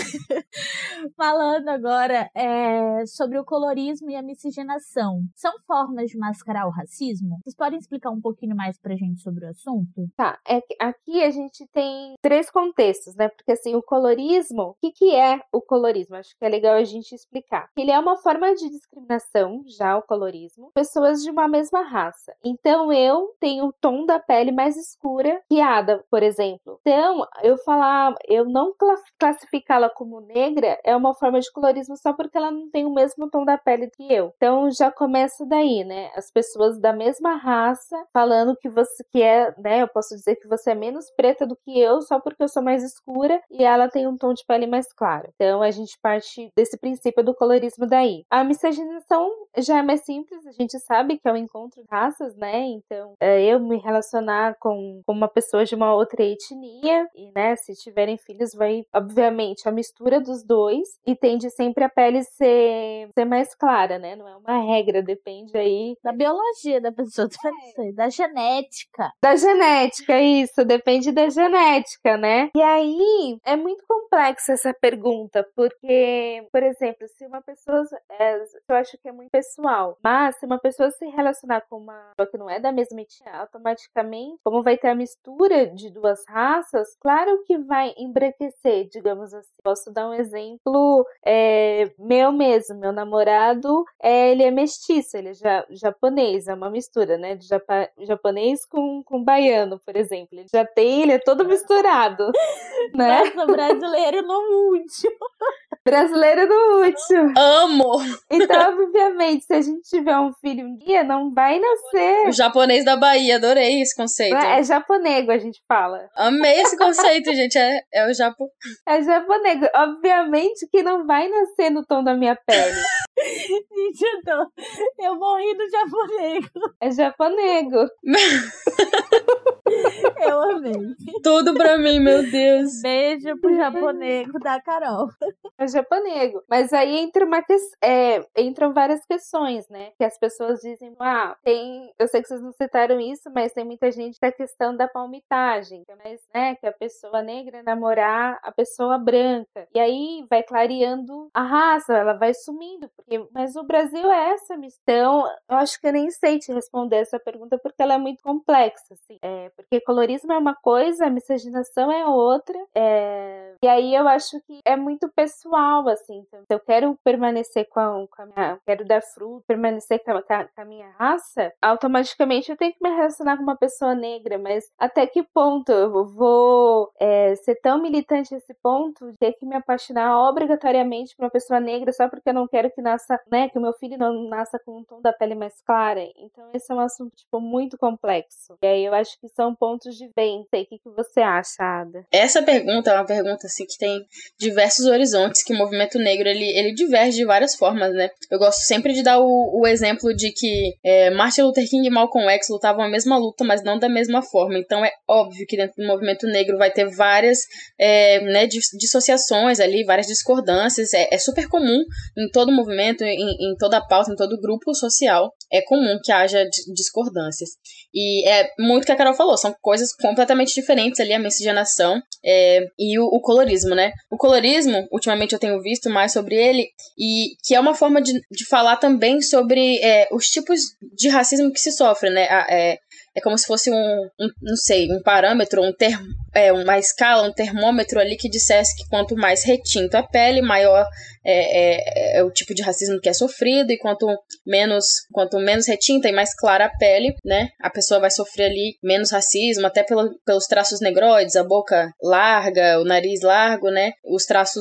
Falando agora é, sobre o colorismo e a miscigenação. São formas de mascarar o racismo? Vocês podem explicar um pouquinho mais pra gente sobre o assunto? Tá, é que aqui a gente tem três contextos, né? Porque assim, o colorismo, o que, que é o colorismo? Acho que é legal a gente explicar. Ele é uma forma de discriminação, já o colorismo, pessoas de uma mesma raça. Então eu tenho o tom da pele mais escura que a Ada, por exemplo. Então, eu falar, eu não classificá-la como negra é uma forma de colorismo só porque ela não tem o mesmo tom da pele que eu. Então já começa daí, né? As pessoas da mesma raça falando que você que é, né? Eu posso dizer que você é menos preta do que eu só porque eu sou mais escura e ela tem um tom de pele mais claro. Então a gente parte desse princípio do colorismo daí. A miscigenação já é mais simples, a gente sabe que é o encontro de raças, né? Então é, eu me relacionar com, com uma pessoa de uma outra etnia e, né, se tiverem filhos vai, obviamente, a mistura dos dois e tende sempre a pele ser, ser mais clara, né? Não é uma regra, depende aí Da biologia da pessoa, é. Da genética. Da genética, isso, depende da genética, né? E aí, é muito complexa essa pergunta, porque, por exemplo, se uma pessoa, é, eu acho que é muito pessoal, mas se uma pessoa se relacionar com uma pessoa que não é da mesma etnia, automaticamente, como vai ter a mistura de duas raças, claro que vai embranquecer, digamos assim. Posso dar um exemplo é, meu mesmo, meu namorado, é, ele é mestiço, ele é ja, japonês, é uma mistura, né, de japa, japonês com, com baiano, por exemplo. Ele já tem, ele é todo misturado, né? Nossa, brasileiro no útil. Brasileiro no útil. Amo! Então, obviamente, se a gente tiver um filho um dia, não vai nascer. O japonês da Bahia, adorei esse conceito. É, é japonego, a gente fala. Amei esse conceito, gente. É, é o japo... É japonego. Obviamente que não vai nascer no tom da minha pele. Gente, eu, tô... eu morri do japonego. É japonego. Eu amei. Tudo pra mim, meu Deus. Beijo pro japonego da Carol. É japonego. Mas aí entra uma que... é, entram várias questões, né? Que as pessoas dizem, ah, tem... Eu sei que vocês não citaram isso, mas tem muita gente da questão da palmitagem. Mas, né, que a pessoa negra namorar a pessoa branca. E aí vai clareando a raça, ela vai sumindo. Porque... Mas o Brasil é essa missão. Eu acho que eu nem sei te responder essa pergunta porque ela é muito complexa, assim. É, porque colorismo é uma coisa, a miscigenação é outra. É... E aí eu acho que é muito pessoal, assim. Então, se eu quero permanecer com a, com a minha... Eu quero dar fruto, permanecer com a, com a minha raça, automaticamente eu tenho que me relacionar com uma pessoa negra. Mas até que ponto eu vou é, ser tão militante nesse ponto de ter que me apaixonar obrigatoriamente por uma pessoa negra só porque eu não quero que nasça, né, que o meu filho não nasça com um tom da pele mais clara? Então esse é um assunto, tipo, muito complexo. E aí eu acho que são pontos de venda. O que, que você acha, Ada? Essa pergunta é uma pergunta, assim, que tem diversos horizontes, que o movimento negro, ele, ele diverge de várias formas, né? Eu gosto sempre de dar o, o exemplo de que é, Martin Luther King e Malcolm X lutavam a mesma luta, mas não da mesma forma. Então é óbvio que dentro do movimento negro vai ter várias é, né, dissociações ali, várias discordâncias. É, é super comum em todo movimento, em, em toda pauta, em todo grupo social, é comum que haja discordâncias. E é muito o que a Carol falou, são coisas completamente diferentes ali, a miscigenação é, e o, o colorismo, né? O colorismo, ultimamente eu tenho visto mais sobre ele, e que é uma forma de, de falar também sobre é, os tipos de racismo que se sofre, né? A, é, é como se fosse um, um, não sei, um parâmetro, um termo, é, uma escala, um termômetro ali que dissesse que quanto mais retinto a pele, maior é, é, é o tipo de racismo que é sofrido, e quanto menos, quanto menos retinta e mais clara a pele, né, a pessoa vai sofrer ali menos racismo, até pelo, pelos traços negroides, a boca larga, o nariz largo, né, os traços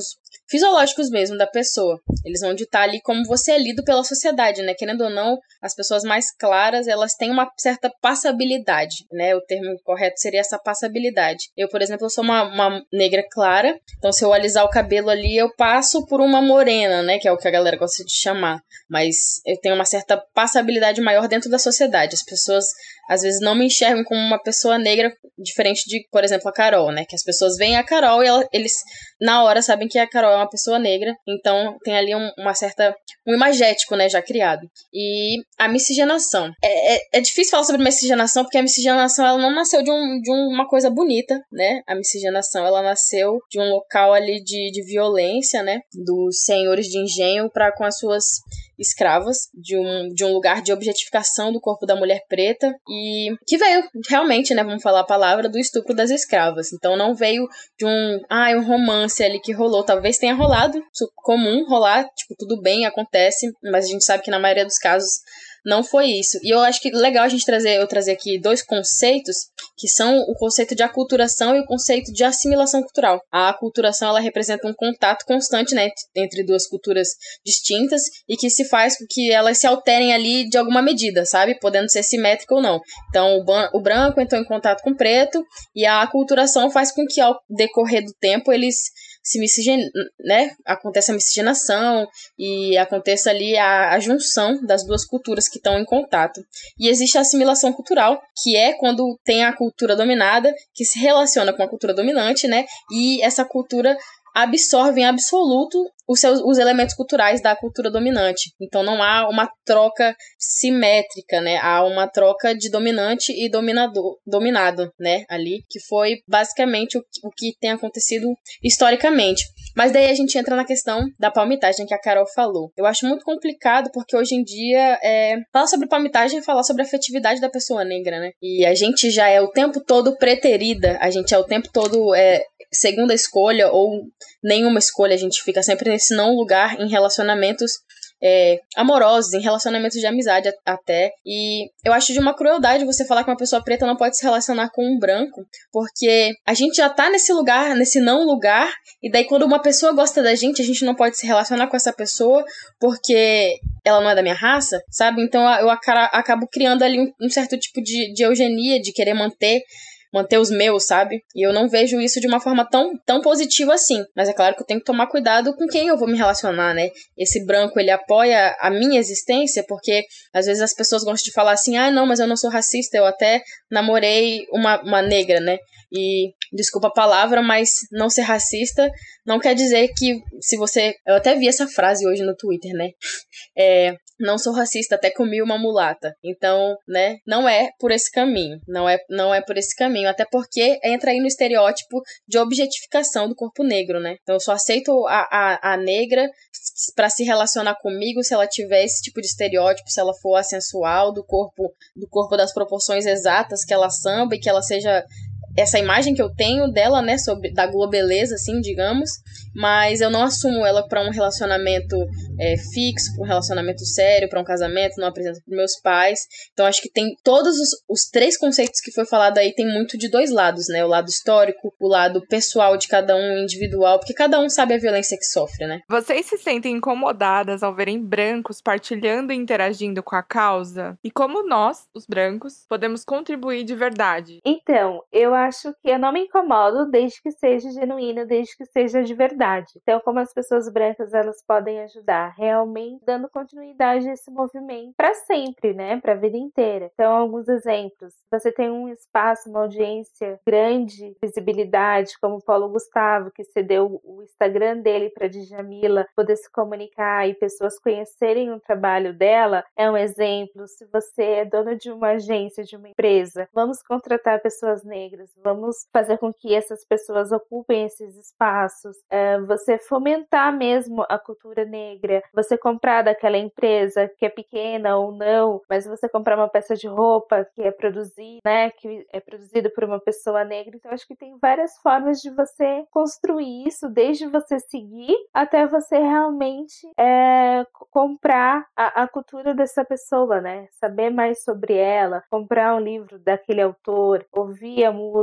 fisiológicos mesmo da pessoa. Eles vão ditar ali como você é lido pela sociedade, né? Querendo ou não, as pessoas mais claras, elas têm uma certa passabilidade, né? O termo correto seria essa passabilidade. Eu, por exemplo, eu sou uma, uma negra clara, então se eu alisar o cabelo ali, eu passo por uma morena, né? Que é o que a galera gosta de chamar. Mas eu tenho uma certa passabilidade maior dentro da sociedade. As pessoas, às vezes, não me enxergam como uma pessoa negra, diferente de, por exemplo, a Carol, né? Que as pessoas veem a Carol e ela, eles, na hora, sabem que a Carol é uma pessoa negra. Então, tem ali um, uma certa... um imagético, né? Já criado. E a miscigenação. É, é, é difícil falar sobre miscigenação, porque a miscigenação, ela não nasceu de, um, de um, uma coisa bonita, né? A miscigenação, ela nasceu de um local ali de, de violência, né? Dos senhores de engenho para com as suas escravas, de um, de um lugar de objetificação do corpo da mulher preta, e que veio realmente, né, vamos falar a palavra, do estupro das escravas. Então não veio de um, ah, um romance ali que rolou, talvez tenha rolado, comum rolar, tipo, tudo bem, acontece, mas a gente sabe que na maioria dos casos não foi isso. E eu acho que legal a gente trazer, eu trazer aqui dois conceitos, que são o conceito de aculturação e o conceito de assimilação cultural. A aculturação, ela representa um contato constante, né, entre duas culturas distintas e que se faz com que elas se alterem ali de alguma medida, sabe? Podendo ser simétrica ou não. Então, o, ban- o branco entrou em contato com o preto e a aculturação faz com que, ao decorrer do tempo, eles se miscigen... né? Aconteça a miscigenação e aconteça ali a, a junção das duas culturas que estão em contato. E existe a assimilação cultural, que é quando tem a cultura dominada, que se relaciona com a cultura dominante, né? E essa cultura absorve em absoluto os, seus, os elementos culturais da cultura dominante. Então não há uma troca simétrica, né? Há uma troca de dominante e dominador, dominado, né? Ali, que foi basicamente o, o que tem acontecido historicamente. Mas daí a gente entra na questão da palmitagem que a Carol falou. Eu acho muito complicado porque hoje em dia é, falar sobre palmitagem é falar sobre a afetividade da pessoa negra, né? E a gente já é o tempo todo preterida, a gente é o tempo todo é, segunda escolha ou nenhuma escolha, a gente fica sempre nesse não lugar em relacionamentos é, amorosos, em relacionamentos de amizade até, e eu acho de uma crueldade você falar que uma pessoa preta não pode se relacionar com um branco, porque a gente já tá nesse lugar, nesse não lugar, e daí quando uma pessoa gosta da gente, a gente não pode se relacionar com essa pessoa porque ela não é da minha raça, sabe? Então eu acabo criando ali um, um certo tipo de, de eugenia, de querer manter manter os meus, sabe? E eu não vejo isso de uma forma tão, tão positiva assim. Mas é claro que eu tenho que tomar cuidado com quem eu vou me relacionar, né? Esse branco, ele apoia a minha existência, porque às vezes as pessoas gostam de falar assim, ah, não, mas eu não sou racista, eu até namorei uma, uma negra, né? E, desculpa a palavra, mas não ser racista não quer dizer que se você... Eu até vi essa frase hoje no Twitter, né? É... Não sou racista, até comi uma mulata. Então, né, não é por esse caminho. Não é, não é por esse caminho. Até porque entra aí no estereótipo de objetificação do corpo negro, né? Então, eu só aceito a, a, a negra pra se relacionar comigo se ela tiver esse tipo de estereótipo, se ela for assensual, do corpo, do corpo das proporções exatas, que ela samba e que ela seja... essa imagem que eu tenho dela, né, sobre, da globeleza, assim, digamos, mas eu não assumo ela para um relacionamento é, fixo, para um relacionamento sério, para um casamento, não apresento para meus pais. Então acho que tem todos os, os três conceitos que foi falado aí, tem muito de dois lados, né, o lado histórico, o lado pessoal de cada um, individual, porque cada um sabe a violência que sofre, né. Vocês se sentem incomodadas ao verem brancos partilhando e interagindo com a causa? E como nós, os brancos, podemos contribuir de verdade? Então, eu acho que eu não me incomodo desde que seja genuína, desde que seja de verdade. Então, como as pessoas brancas, elas podem ajudar realmente dando continuidade a esse movimento para sempre, né? Para a vida inteira. Então, alguns exemplos. Você tem um espaço, uma audiência grande, visibilidade, como o Paulo Gustavo, que cedeu o Instagram dele para Djamila poder se comunicar e pessoas conhecerem o trabalho dela, é um exemplo. Se você é dono de uma agência, de uma empresa, vamos contratar pessoas negras, vamos fazer com que essas pessoas ocupem esses espaços, é, você fomentar mesmo a cultura negra, você comprar daquela empresa que é pequena ou não, mas você comprar uma peça de roupa que é produzida, né, que é produzida por uma pessoa negra. Então acho que tem várias formas de você construir isso, desde você seguir até você realmente é, comprar a, a cultura dessa pessoa, né, saber mais sobre ela, comprar um livro daquele autor, ouvir a música,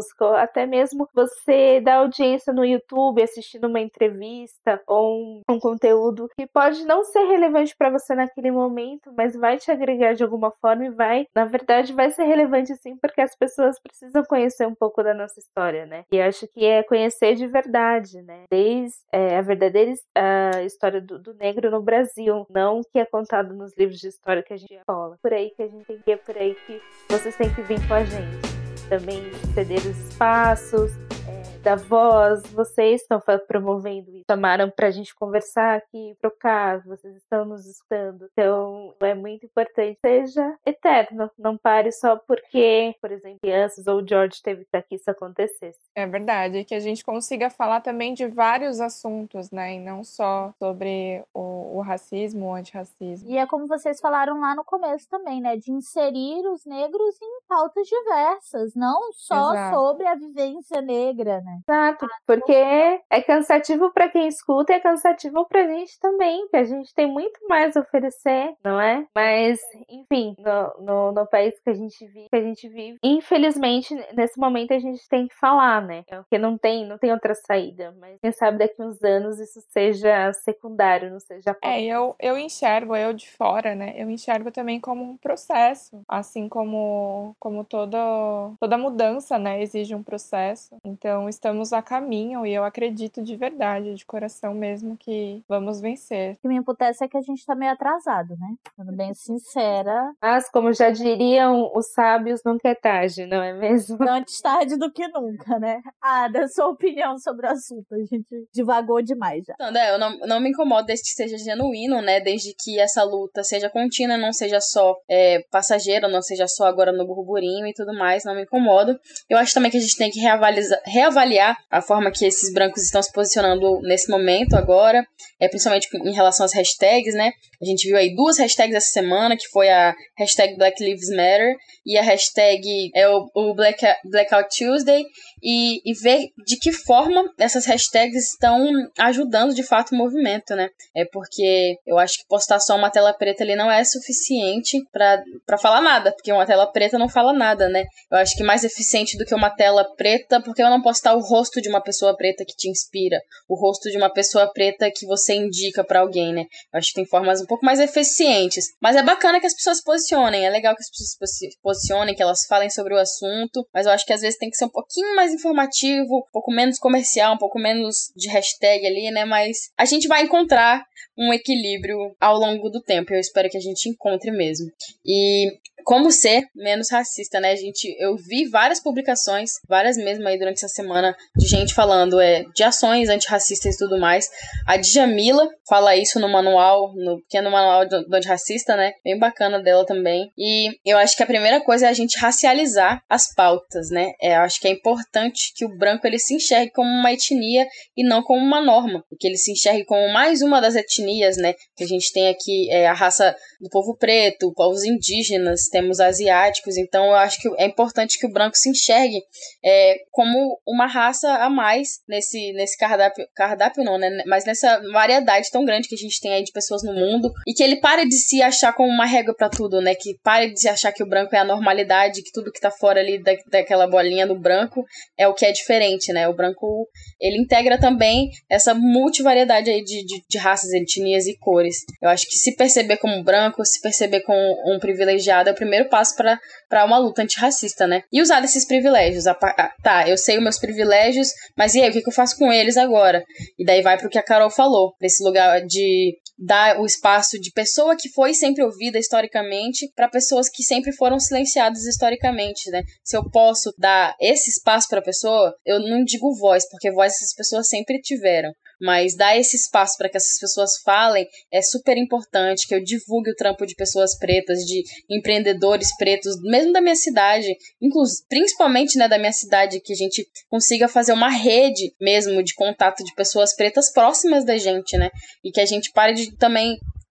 música, ou até mesmo você dar audiência no YouTube assistindo uma entrevista ou um, um conteúdo que pode não ser relevante para você naquele momento, mas vai te agregar de alguma forma e vai, na verdade, vai ser relevante sim, porque as pessoas precisam conhecer um pouco da nossa história, né? E acho que é conhecer de verdade, né? Desde é, a verdadeira a história do, do negro no Brasil, não o que é contado nos livros de história que a gente fala. Por aí que a gente tem que ir, por aí que vocês têm que vir com a gente. Também ceder os espaços, é, dar voz, vocês estão promovendo isso, chamaram pra gente conversar aqui, trocar, vocês estão nos escutando. Então, é muito importante que seja eterno, não pare só porque, por exemplo, crianças ou o George teve para que isso acontecesse. É verdade, que a gente consiga falar também de vários assuntos, né, e não só sobre o, o racismo, o antirracismo. E é como vocês falaram lá no começo também, né, de inserir os negros em pautas diversas, não só Exato. sobre a vivência negra, né. Exato, porque é cansativo para quem escuta e é cansativo pra gente também, que a gente tem muito mais a oferecer, não é? Mas, enfim, no, no, no país que a gente vive, que a gente vive, infelizmente, nesse momento a gente tem que falar, né? Porque não tem, não tem outra saída, mas quem sabe daqui uns anos isso seja secundário, não seja... É, eu, eu enxergo, eu de fora, né, eu enxergo também como um processo, assim como, como toda, toda mudança, né, exige um processo, então estamos a caminho e eu acredito de verdade, de coração mesmo, que vamos vencer. O que me emputece é que a gente tá meio atrasado, né, sendo bem sincera. Mas, como já diriam os sábios, nunca é tarde, não é mesmo? Antes tarde do que nunca, né? Ah, da sua opinião sobre o assunto, a gente divagou demais já. Então, é, eu não, não me incomodo desde que seja genuíno, né, desde que essa luta seja contínua, não seja só é, passageira, não seja só agora no burburinho e tudo mais, não me incomodo. Eu acho também que a gente tem que reavaliar, reavaliar a forma que esses brancos estão se posicionando nesse momento agora, é, principalmente em relação às hashtags, né, a gente viu aí duas hashtags essa semana, que foi a hashtag Black Lives Matter e a hashtag é o, o Black, Blackout Tuesday, e, e ver de que forma essas hashtags estão ajudando de fato o movimento, né? É porque eu acho que postar só uma tela preta ali não é suficiente pra, pra falar nada, porque uma tela preta não fala nada, né? Eu acho que mais eficiente do que uma tela preta, porque eu não postar o rosto de uma pessoa preta que te inspira, o rosto de uma pessoa preta que você indica pra alguém, né? Eu acho que tem formas um pouco mais eficientes, mas é bacana que as pessoas se posicionem, é legal que as pessoas se posicionem, que elas falem sobre o assunto, mas eu acho que às vezes tem que ser um pouquinho mais informativo, um pouco menos comercial, um pouco menos de hashtag ali, né? Mas a gente vai encontrar um equilíbrio ao longo do tempo. Eu espero que a gente encontre mesmo. E como ser menos racista, né, gente? Eu vi várias publicações, várias mesmo aí durante essa semana, de gente falando é, de ações antirracistas e tudo mais. A Djamila fala isso no manual, no pequeno manual do, do antirracista, né? Bem bacana dela também. E eu acho que a primeira coisa é a gente racializar as pautas, né? É, eu acho que é importante que o branco ele se enxergue como uma etnia e não como uma norma. Que ele se enxergue como mais uma das etnias, né? Que a gente tem aqui é, a raça do povo preto, povos indígenas, temos asiáticos, então eu acho que é importante que o branco se enxergue é, como uma raça a mais nesse, nesse cardápio, cardápio não, né, mas nessa variedade tão grande que a gente tem aí de pessoas no mundo, e que ele pare de se achar como uma régua pra tudo, né, que pare de se achar que o branco é a normalidade, que tudo que tá fora ali da, daquela bolinha do branco é o que é diferente, né, o branco, ele integra também essa multivariedade aí de, de, de raças, etnias e cores. Eu acho que se perceber como branco, se perceber como um privilegiado é o primeiro passo para para uma luta antirracista, né? E usar desses privilégios. A, a, tá, eu sei os meus privilégios, mas e aí, o que, que eu faço com eles agora? E daí vai pro que a Carol falou, pra esse lugar de dar o espaço de pessoa que foi sempre ouvida historicamente para pessoas que sempre foram silenciadas historicamente, né? Se eu posso dar esse espaço pra pessoa, eu não digo voz, porque voz essas pessoas sempre tiveram. Mas dar esse espaço para que essas pessoas falem é super importante, que eu divulgue o trampo de pessoas pretas, de empreendedores pretos, mesmo da minha cidade, inclusive, principalmente, né, da minha cidade, que a gente consiga fazer uma rede mesmo de contato de pessoas pretas próximas da gente, né, e que a gente pare de também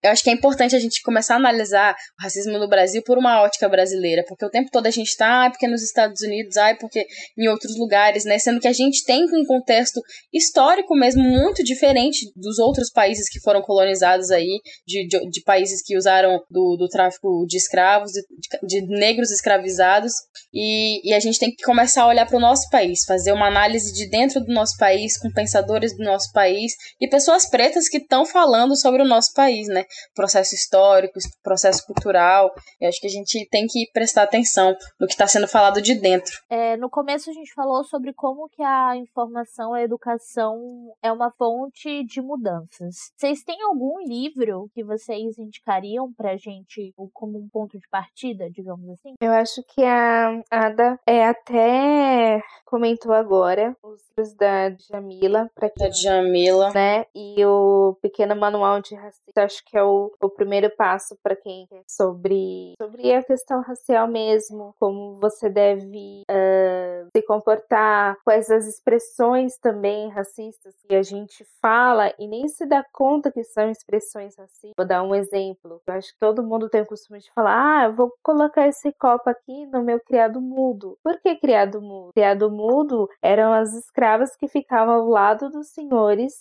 eu acho que é importante a gente começar a analisar o racismo no Brasil por uma ótica brasileira, porque o tempo todo a gente tá, ah, porque nos Estados Unidos, ah, porque em outros lugares, né, sendo que a gente tem um contexto histórico mesmo muito diferente dos outros países que foram colonizados aí, de, de, de países que usaram do, do tráfico de escravos, de, de negros escravizados, e, e a gente tem que começar a olhar para o nosso país, fazer uma análise de dentro do nosso país, com pensadores do nosso país, e pessoas pretas que estão falando sobre o nosso país, né, processo histórico, processo cultural. Eu acho que a gente tem que prestar atenção no que está sendo falado de dentro. É, no começo a gente falou sobre como que a informação, a educação é uma fonte de mudanças. Vocês têm algum livro que vocês indicariam pra gente como um ponto de partida, digamos assim? Eu acho que a Ada é, até comentou agora os livros da Djamila, para Da Djamila, né? E o Pequeno Manual de Racista, acho que é o, o primeiro passo para quem quer sobre, sobre a questão racial mesmo, como você deve uh, se comportar, quais as expressões também racistas que a gente fala e nem se dá conta que são expressões racistas. Vou dar um exemplo. Eu acho que todo mundo tem o costume de falar, ah, eu vou colocar esse copo aqui no meu criado mudo. Por que criado mudo? Criado mudo eram as escravas que ficavam ao lado dos senhores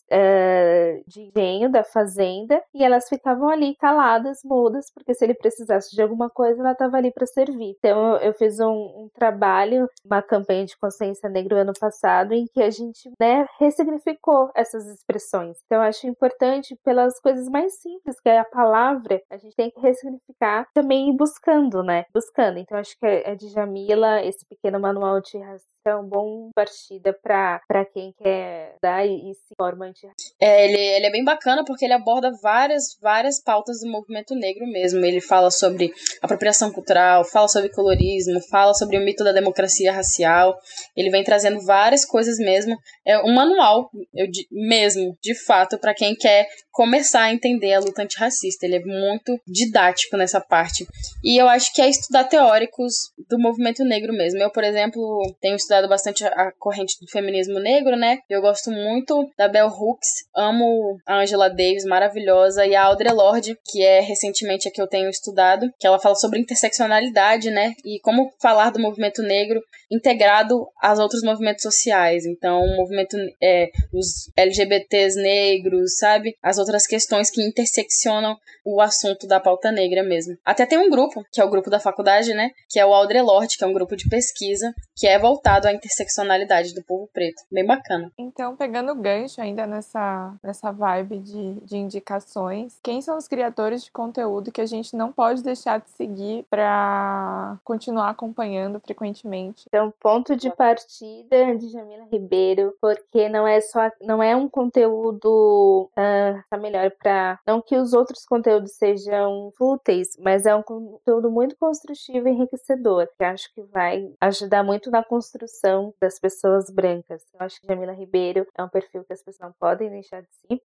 uh, de engenho da fazenda e elas ficavam ali caladas, mudas, porque se ele precisasse de alguma coisa, ela estava ali para servir. Então eu fiz um, um trabalho, uma campanha de consciência negra ano passado, em que a gente, né, ressignificou essas expressões. Então eu acho importante, pelas coisas mais simples, que é a palavra, a gente tem que ressignificar também ir buscando, né? Buscando. Então acho que é de Djamila, esse pequeno manual de racismo, é um bom partida para quem quer dar e, e se forma antirracista. É, ele, ele é bem bacana porque ele aborda várias, várias pautas do movimento negro mesmo. Ele fala sobre apropriação cultural, fala sobre colorismo, fala sobre o mito da democracia racial. Ele vem trazendo várias coisas mesmo. É um manual eu, de, mesmo, de fato, para quem quer começar a entender a luta antirracista. Ele é muito didático nessa parte. E eu acho que é estudar teóricos do movimento negro mesmo. Eu, por exemplo, tenho estudado bastante a corrente do feminismo negro, né? Eu gosto muito da Bell Hooks, amo a Angela Davis, maravilhosa, e a Audre Lorde, que é recentemente a que eu tenho estudado, que ela fala sobre interseccionalidade, né? E como falar do movimento negro integrado aos outros movimentos sociais. Então, o movimento, é, os L G B Ts negros, sabe? As outras questões que interseccionam o assunto da pauta negra mesmo. Até tem um grupo, que é o grupo da faculdade, né? Que é o Audre Lorde, que é um grupo de pesquisa, que é voltado à interseccionalidade do povo preto. Bem bacana. Então, pegando o gancho ainda nessa, nessa vibe de, de indicações, quem são os criadores de conteúdo que a gente não pode deixar de seguir para continuar acompanhando frequentemente? Então, ponto de partida de Djamila Ribeiro, porque não é só, não é um conteúdo uh, tá melhor para, não que os outros conteúdos sejam fúteis, mas é um conteúdo muito construtivo e enriquecedor, que acho que vai ajudar muito na construção das pessoas brancas. Eu acho que Djamila Ribeiro é um perfil que as pessoas não podem deixar de seguir.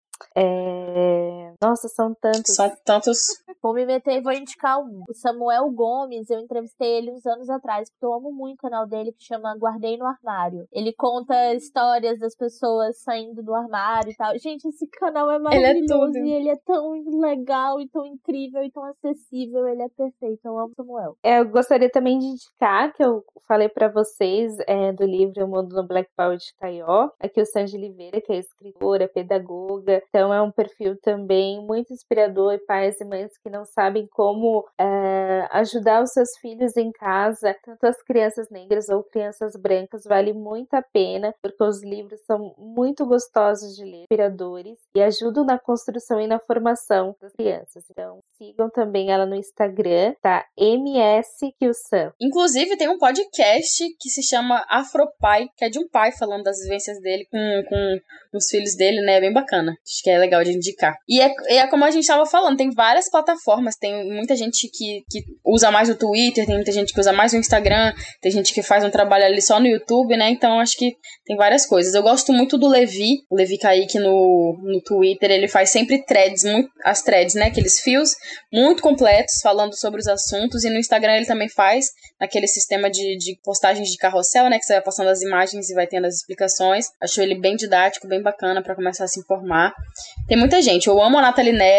É... Nossa, são tantos. São tantos. Vou me meter e vou indicar um. O Samuel Gomes, eu entrevistei ele uns anos atrás, porque eu amo muito o canal dele, que chama Guardei no Armário. Ele conta histórias das pessoas saindo do armário e tal. Gente, esse canal é maravilhoso. Ele é e ele é tão legal e tão incrível e tão acessível. Ele é perfeito. Eu amo o Samuel. É, eu gostaria também de indicar, que eu falei pra vocês, é, do livro O Mundo no Black Power de Taió. Aqui o Sandy Oliveira, que é escritora, pedagoga. Então é um perfil também muito inspirador, e pais e mães que não sabem como é, ajudar os seus filhos em casa, tanto as crianças negras ou crianças brancas, vale muito a pena, porque os livros são muito gostosos de ler, inspiradores, e ajudam na construção e na formação das crianças. Então sigam também ela no Instagram, tá? M S Kyusan. Inclusive tem um podcast que se chama Afropai, que é de um pai falando das vivências dele com, com os filhos dele, né? É bem bacana. Acho que é legal de indicar. E é, é como a gente estava falando, tem várias plataformas, tem muita gente que, que usa mais o Twitter, tem muita gente que usa mais o Instagram, tem gente que faz um trabalho ali só no YouTube, né? Então acho que tem várias coisas. Eu gosto muito do Levi, o Levi Kaique no, no Twitter, ele faz sempre threads, muito, as threads, né? Aqueles fios muito completos, falando sobre os assuntos, e no Instagram ele também faz naquele sistema de, de postagens de carrossel, né? Que você vai passando as imagens e vai tendo as explicações. Acho ele bem didático, bem bacana para começar a se informar. Tem muita gente. Eu amo a Nathalie Neri.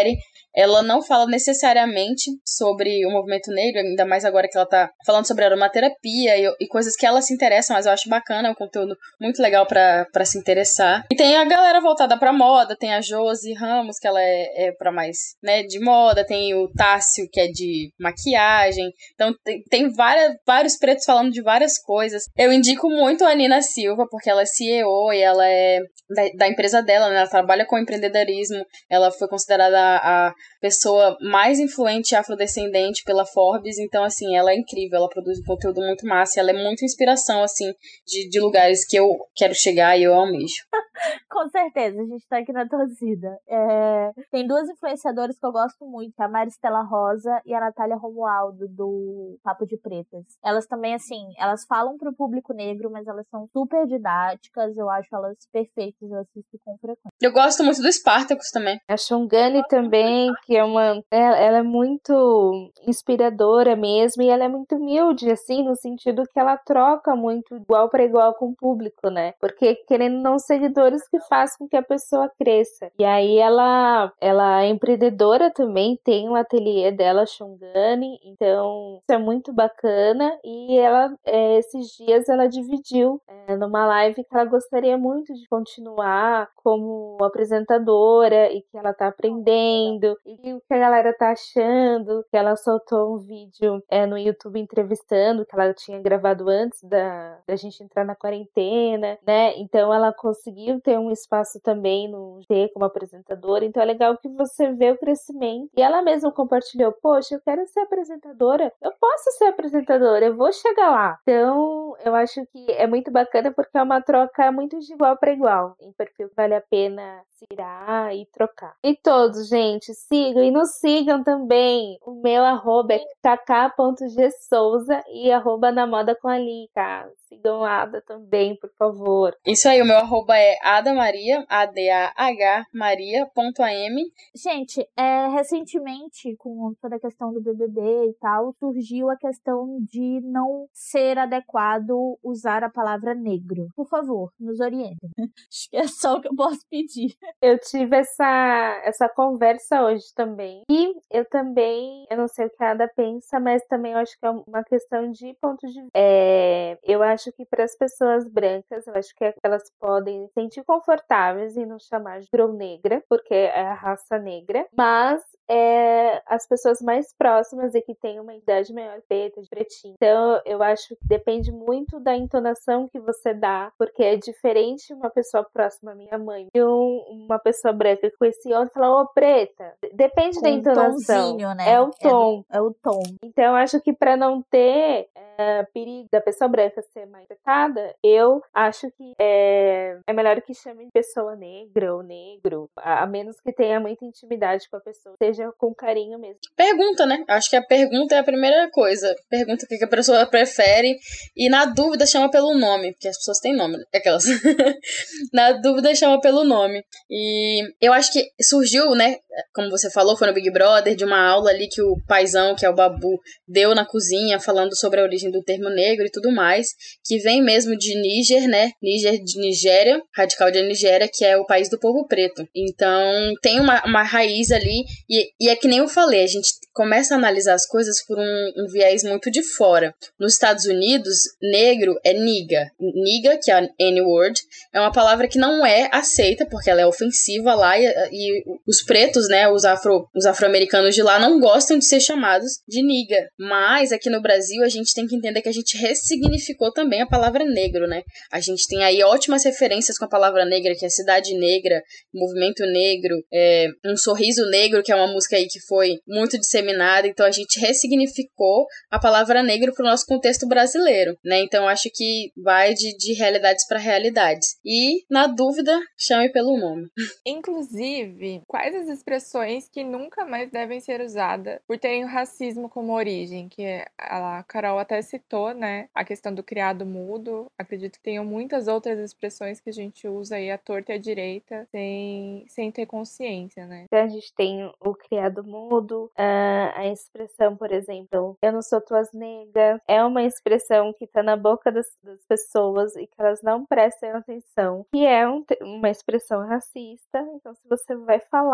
ela não fala necessariamente sobre o movimento negro, ainda mais agora que ela tá falando sobre aromaterapia e, e coisas que ela se interessa, mas eu acho bacana, é um conteúdo muito legal pra, pra se interessar. E tem a galera voltada pra moda, tem a Josi Ramos, que ela é, é pra mais, né, de moda, tem o Tássio, que é de maquiagem, então tem, tem várias, vários pretos falando de várias coisas. Eu indico muito a Nina Silva, porque ela é C E O e ela é da, da empresa dela, né, ela trabalha com empreendedorismo, ela foi considerada a, a pessoa mais influente afrodescendente pela Forbes, então assim, ela é incrível, ela produz um conteúdo muito massa, ela é muito inspiração, assim, de, de lugares que eu quero chegar e eu almejo. Com certeza, a gente tá aqui na torcida. É... Tem duas influenciadoras que eu gosto muito, a Maristela Rosa e a Natália Romualdo, do Papo de Pretas. Elas também, assim, elas falam pro público negro, mas elas são super didáticas, eu acho elas perfeitas, eu assisto com frequência. Eu gosto muito do Spartacus também. A Shongani também, que é uma... Ela, ela é muito inspiradora mesmo, e ela é muito humilde, assim, no sentido que ela troca muito igual para igual com o público, né? Porque, querendo ou não, seguidores que faz com que a pessoa cresça. E aí ela, ela é empreendedora também, tem um ateliê dela, Shongani, então isso é muito bacana. E ela, é, esses dias, ela dividiu é, numa live que ela gostaria muito de continuar como apresentadora e que ela tá aprendendo e o que a galera tá achando, que ela soltou um vídeo é, no YouTube entrevistando, que ela tinha gravado antes da, da gente entrar na quarentena, né? Então ela conseguiu ter um espaço também no G como apresentadora, então é legal que você vê o crescimento. E ela mesma compartilhou, poxa, eu quero ser apresentadora, eu posso ser apresentadora, eu vou chegar lá. Então eu acho que é muito bacana porque é uma troca muito de igual para igual, em perfil que vale a pena se virar e trocar. E todos, gente, sigam e nos sigam também. O meu arroba é kaká ponto g souza e arroba na moda com a Lica. Sigam a Ada também, por favor. Isso aí, o meu arroba é adamaria, A D A H, maria.am. Gente, é, recentemente, com toda a questão do B B B e tal, surgiu a questão de não ser adequado usar a palavra negro. Por favor, nos orientem. Acho que é só o que eu posso pedir. Eu tive essa, essa conversa hoje também. E eu também, eu não sei o que a Ada pensa, mas também eu acho que é uma questão de ponto de vista. É, eu acho que para as pessoas brancas, eu acho que elas podem se sentir confortáveis em não chamar de girl negra, porque é a raça negra, mas é, as pessoas mais próximas e que têm uma idade maior, preta, de pretinho. Então, eu acho que depende muito da entonação que você dá, porque é diferente uma pessoa próxima à minha mãe e um, uma pessoa branca com esse olho falar, ô preta. Depende Com da um entonação. tonzinho, né? É o tom. É, do, é o tom. Então, eu acho que para não ter é, perigo da pessoa branca ser mais afetada, eu acho que é, é melhor que chame de pessoa negra ou negro, a, a menos que tenha muita intimidade com a pessoa, seja com carinho mesmo. Pergunta, né? Acho que a pergunta é a primeira coisa. Pergunta o que a pessoa prefere e, na dúvida, chama pelo nome, porque as pessoas têm nome, né? Aquelas. Na dúvida, chama pelo nome. E eu acho que surgiu, né? Como você falou, foi no Big Brother, de uma aula ali que o paizão, que é o Babu, deu na cozinha, falando sobre a origem do termo negro e tudo mais, que vem mesmo de Níger, né? Níger de Nigéria, radical de Nigéria, que é o país do povo preto. Então, tem uma, uma raiz ali, e, e é que nem eu falei, a gente começa a analisar as coisas por um, um viés muito de fora. Nos Estados Unidos, negro é niga. Niga, que é a N-word, é uma palavra que não é aceita, porque ela é ofensiva lá, e, e os pretos, né, os, afro, os afro-americanos de lá não gostam de ser chamados de niga. Mas aqui no Brasil a gente tem que entender que a gente ressignificou também a palavra negro, né? A gente tem aí ótimas referências com a palavra negra, que é Cidade Negra, Movimento Negro, é, Um Sorriso Negro, que é uma música aí que foi muito disseminada. Então a gente ressignificou a palavra negro para o nosso contexto brasileiro, né? Então acho que vai de, de realidades para realidades. E, na dúvida, chame pelo nome. Inclusive, quais as expressões que nunca mais devem ser usadas por terem o racismo como origem? Que a Carol até citou, né? A questão do criado mudo. Acredito que tenham muitas outras expressões que a gente usa aí à torta e à direita sem, sem ter consciência, né? A gente tem o criado mudo, a expressão, por exemplo, eu não sou tuas nega, é uma expressão que tá na boca das, das pessoas e que elas não prestam atenção, que é um, uma expressão racista. Então, se você vai falar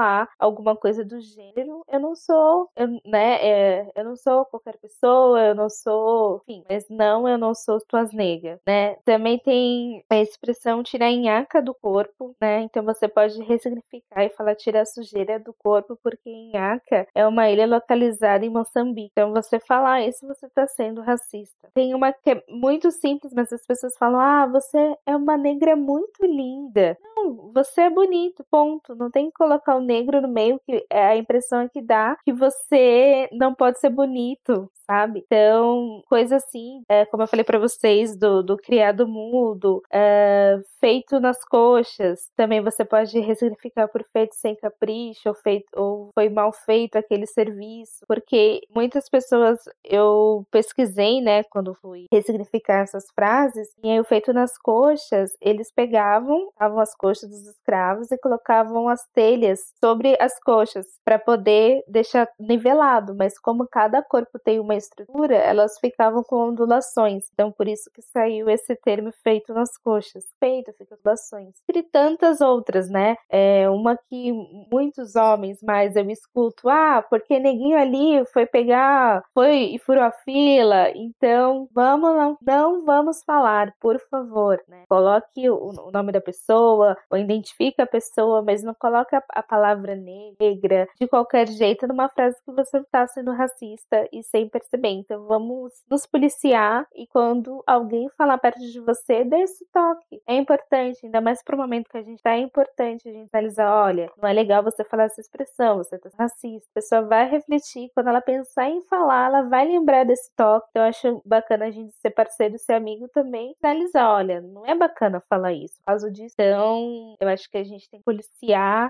alguma coisa do gênero, eu não sou, eu, né, é, eu não sou qualquer pessoa, eu não sou, enfim, mas não, eu não sou tuas negas, né? Também tem a expressão tirar a nhaca do corpo, né? Então você pode ressignificar e falar tirar a sujeira do corpo, porque nhaca é uma ilha localizada em Moçambique. Então você falar isso, você tá sendo racista. Tem uma que é muito simples, mas as pessoas falam, ah, você é uma negra muito linda. Não, você é bonito, ponto. Não tem que colocar o negro no meio, que é a impressão que dá que você não pode ser bonito, sabe? Então, coisa assim, é, como eu falei pra vocês, do, do criado mudo, é, feito nas coxas, também você pode ressignificar por feito sem capricho, ou, feito, ou foi mal feito aquele serviço, porque muitas pessoas, eu pesquisei, né, quando fui ressignificar essas frases, e aí o feito nas coxas, eles pegavam, davam as coxas dos escravos e colocavam as telhas sobre as coxas, para poder deixar nivelado, mas como cada corpo tem uma estrutura, elas ficavam com ondulações. Então, por isso que saiu esse termo feito nas coxas. Feito, fica ondulações. E tantas outras, né? É uma que muitos homens mais eu escuto, ah, porque neguinho ali foi pegar, foi e furou a fila, então vamos, não, não vamos falar, por favor, né? Coloque o, o nome da pessoa, ou identifique a pessoa, mas não coloque a, a palavra negra de qualquer jeito numa frase que você está sendo racista e sem perceber. Então vamos nos policiar e quando alguém falar perto de você, dê esse toque. É importante, ainda mais para o momento que a gente está, é importante a gente analisar, olha, não é legal você falar essa expressão, você tá racista. A pessoa vai refletir, quando ela pensar em falar, ela vai lembrar desse toque. Então eu acho bacana a gente ser parceiro, ser amigo também, analisar, olha, não é bacana falar isso, por causa disso. Então eu acho que a gente tem que policiar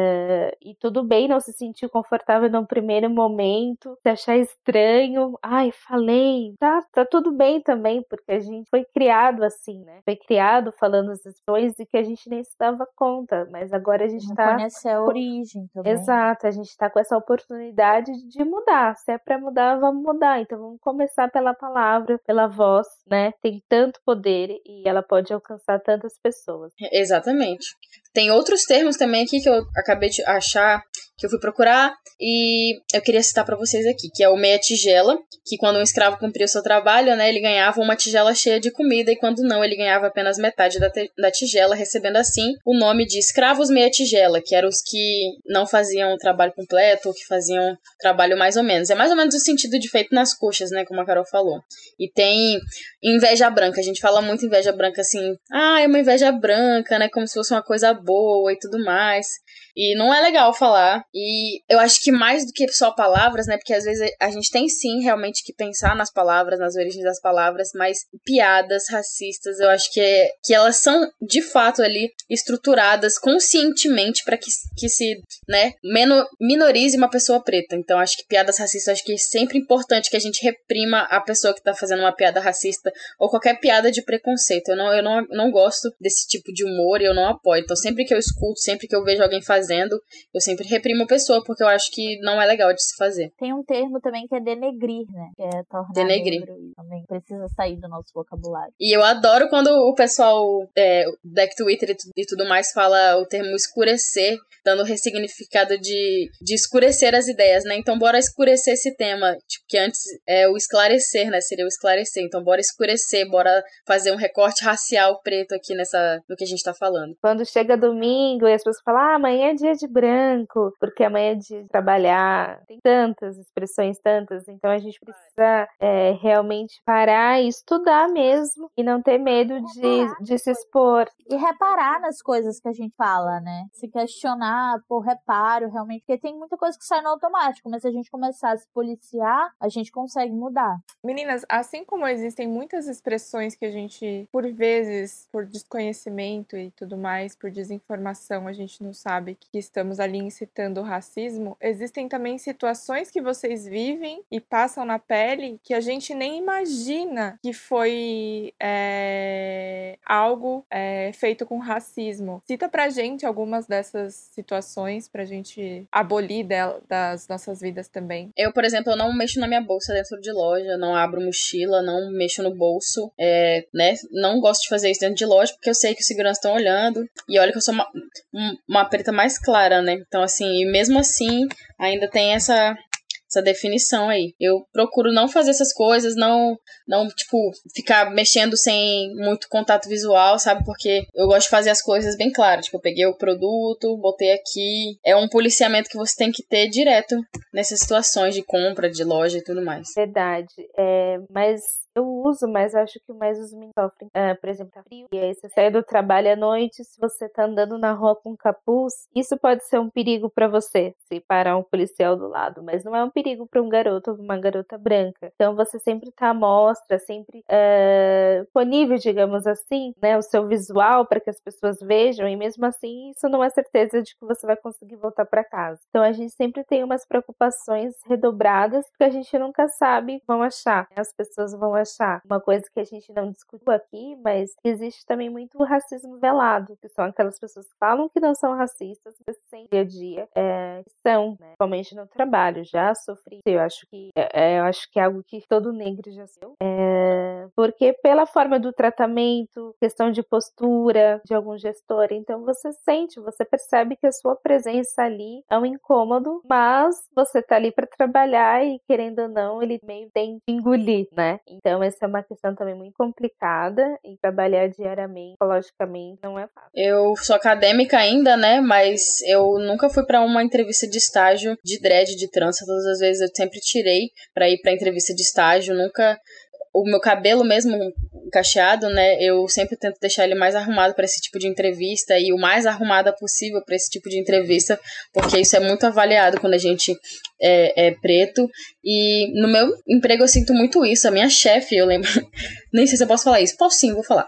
é, e tudo bem não se sentir confortável no primeiro momento, se achar estranho, ai, falei, tá, tá tudo bem também, porque a gente foi criado assim, né? Foi criado falando as coisas e que a gente nem se dava conta, mas agora a gente Não tá... conhecer a origem também. Exato, a gente tá com essa oportunidade de mudar, se é pra mudar, vamos mudar, então vamos começar pela palavra, pela voz, né? Tem tanto poder e ela pode alcançar tantas pessoas. Exatamente. Tem outros termos também aqui que eu acabei de achar, que eu fui procurar, e eu queria citar para vocês aqui, que é o meia-tigela, que quando um escravo cumpria o seu trabalho, né, ele ganhava uma tigela cheia de comida, e quando não, ele ganhava apenas metade da, te- da tigela, recebendo assim o nome de escravos meia-tigela, que eram os que não faziam o trabalho completo, ou que faziam trabalho mais ou menos. É mais ou menos o sentido de feito nas coxas, né, como a Carol falou. E tem inveja branca, a gente fala muito inveja branca assim, ah, é uma inveja branca, né, como se fosse uma coisa boa e tudo mais. E não é legal falar. E eu acho que mais do que só palavras, né? Porque às vezes a gente tem sim realmente que pensar nas palavras, nas origens das palavras, mas piadas racistas, eu acho que, é, que elas são de fato ali estruturadas conscientemente para que, que se, né, meno, minorize uma pessoa preta. Então acho que piadas racistas, acho que é sempre importante que a gente reprima a pessoa que tá fazendo uma piada racista ou qualquer piada de preconceito. Eu não, eu não, não gosto desse tipo de humor e eu não apoio. Então sempre que eu escuto, sempre que eu vejo alguém fazendo, eu sempre reprimo a pessoa, porque eu acho que não é legal de se fazer. Tem um termo também que é denegrir, né? Que é tornar Denegrir. negro e também precisa sair do nosso vocabulário. E eu adoro quando o pessoal é, da Twitter e, tu, e tudo mais fala o termo escurecer, dando o ressignificado de, de escurecer as ideias, né? Então bora escurecer esse tema, tipo, que antes é o esclarecer, né? Seria o esclarecer. Então bora escurecer, bora fazer um recorte racial preto aqui nessa, no que a gente tá falando. Quando chega domingo e as pessoas falam, ah, amanhã é dia de branco, porque amanhã é dia de trabalhar. Tem tantas expressões, tantas. Então a gente precisa é, realmente parar e estudar mesmo e não ter medo de, de se expor. E reparar nas coisas que a gente fala, né? Se questionar por reparo, realmente. Porque tem muita coisa que sai no automático, mas se a gente começar a se policiar, a gente consegue mudar. Meninas, assim como existem muitas expressões que a gente, por vezes, por desconhecimento e tudo mais, por desinformação, a gente não sabe que estamos ali incitando o racismo, existem também situações que vocês vivem e passam na pele que a gente nem imagina que foi é, algo é, feito com racismo. Cita pra gente algumas dessas situações pra gente abolir del- das nossas vidas também. Eu, por exemplo, eu não mexo na minha bolsa dentro de loja, não abro mochila, não mexo no bolso, é, né? Não gosto de fazer isso dentro de loja porque eu sei que os seguranças estão olhando. E olha que eu sou uma, uma preta mais mais clara, né? Então, assim, e mesmo assim, ainda tem essa... essa definição aí. Eu procuro não fazer essas coisas, não, não, tipo, ficar mexendo sem muito contato visual, sabe? Porque eu gosto de fazer as coisas bem claras. Tipo, eu peguei o produto, botei aqui. É um policiamento que você tem que ter direto nessas situações de compra, de loja e tudo mais. Verdade. É, mas eu uso, mas acho que mais os meninos sofrem. Ah, por exemplo, tá frio, e aí você sai do trabalho à noite, se você tá andando na rua com capuz, isso pode ser um perigo pra você, se parar um policial do lado, mas não é um perigo pra um garoto ou uma garota branca. Então você sempre tá à mostra, sempre uh, disponível, digamos assim, né, o seu visual para que as pessoas vejam, e mesmo assim isso não é certeza de que você vai conseguir voltar pra casa. Então a gente sempre tem umas preocupações redobradas, porque a gente nunca sabe o que vão achar, né? As pessoas vão achar. Uma coisa que a gente não discutiu aqui, mas existe também muito racismo velado, que são aquelas pessoas que falam que não são racistas, mas sem dia a dia é, são, né? Principalmente no trabalho. Já sofri, eu acho que é, eu acho que é algo que todo negro já sofreu, é, porque pela forma do tratamento, questão de postura de algum gestor, então você sente, você percebe que a sua presença ali é um incômodo, mas você tá ali para trabalhar e querendo ou não, ele meio tem que engolir, né? Então Então, essa é uma questão também muito complicada e trabalhar diariamente, psicologicamente, não é fácil. Eu sou acadêmica ainda, né? Mas eu nunca fui pra uma entrevista de estágio de dread, de trança. Todas as vezes eu sempre tirei pra ir pra entrevista de estágio. Nunca... O meu cabelo mesmo cacheado, né? Eu sempre tento deixar ele mais arrumado para esse tipo de entrevista e o mais arrumada possível para esse tipo de entrevista, porque isso é muito avaliado quando a gente é, é preto. E no meu emprego eu sinto muito isso. A minha chefe, eu lembro... Nem sei se eu posso falar isso. Posso sim, vou falar.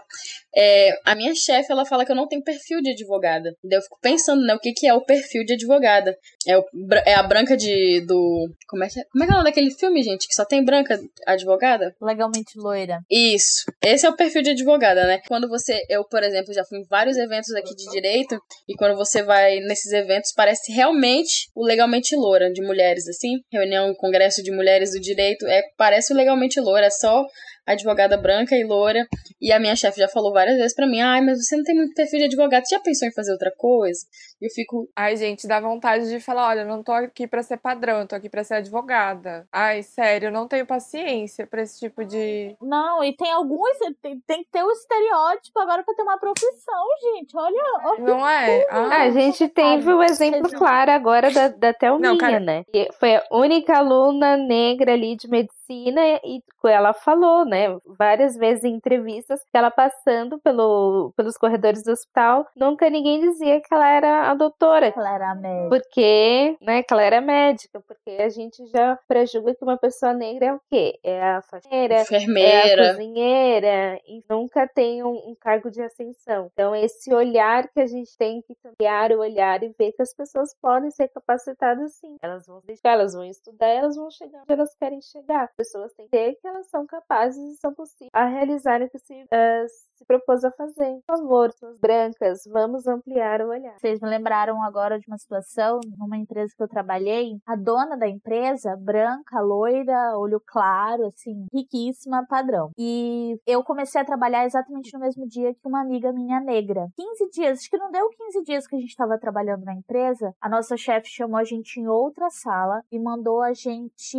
É, a minha chefe, ela fala que eu não tenho perfil de advogada. Daí eu fico pensando, né, o que, que é o perfil de advogada. É, o, é a branca de... do como é, que é, como é que é o nome daquele filme, gente? Que só tem branca advogada? Legalmente loira. Isso. Esse é o perfil de advogada, né? Quando você... Eu, por exemplo, já fui em vários eventos aqui de direito, e quando você vai nesses eventos, parece realmente o Legalmente Loura, de mulheres, assim. Reunião, congresso de mulheres do direito, é, parece o Legalmente Loura, é só... advogada branca e loura, e a minha chefe já falou várias vezes pra mim, ai, mas você não tem muito perfil de advogado, você já pensou em fazer outra coisa? E eu fico... Ai, gente, dá vontade de falar, olha, eu não tô aqui pra ser padrão, eu tô aqui pra ser advogada. Ai, sério, eu não tenho paciência pra esse tipo de... Não, e tem alguns, tem, tem que ter o estereótipo agora pra ter uma profissão, gente, olha... olha não é? Ah, a gente teve o exemplo claro agora da, da Thelminha, não, cara... né? Que foi a única aluna negra ali de medicina e ela falou, né? Várias vezes em entrevistas, que ela passando pelo, pelos corredores do hospital, nunca ninguém dizia que ela era a doutora. Ela era médica. Porque, né, que ela era médica, porque a gente já prejulga que uma pessoa negra é o quê? É a faxineira, enfermeira, é a cozinheira, e nunca tem um, um cargo de ascensão. Então, esse olhar que a gente tem que ampliar o olhar e ver que as pessoas podem ser capacitadas sim. Elas vão se dedicar, elas vão estudar, elas vão chegar onde elas querem chegar. As pessoas têm que ter que elas são capazes são possíveis a realizar o que se, uh, se propôs a fazer. Por favor, pessoas brancas, vamos ampliar o olhar. Vocês me lembraram agora de uma situação numa empresa que eu trabalhei. A dona da empresa, branca, loira, olho claro, assim, riquíssima, padrão. E eu comecei a trabalhar exatamente no mesmo dia que uma amiga minha negra. quinze dias, acho que não deu quinze dias que a gente estava trabalhando na empresa, a nossa chefe chamou a gente em outra sala e mandou a gente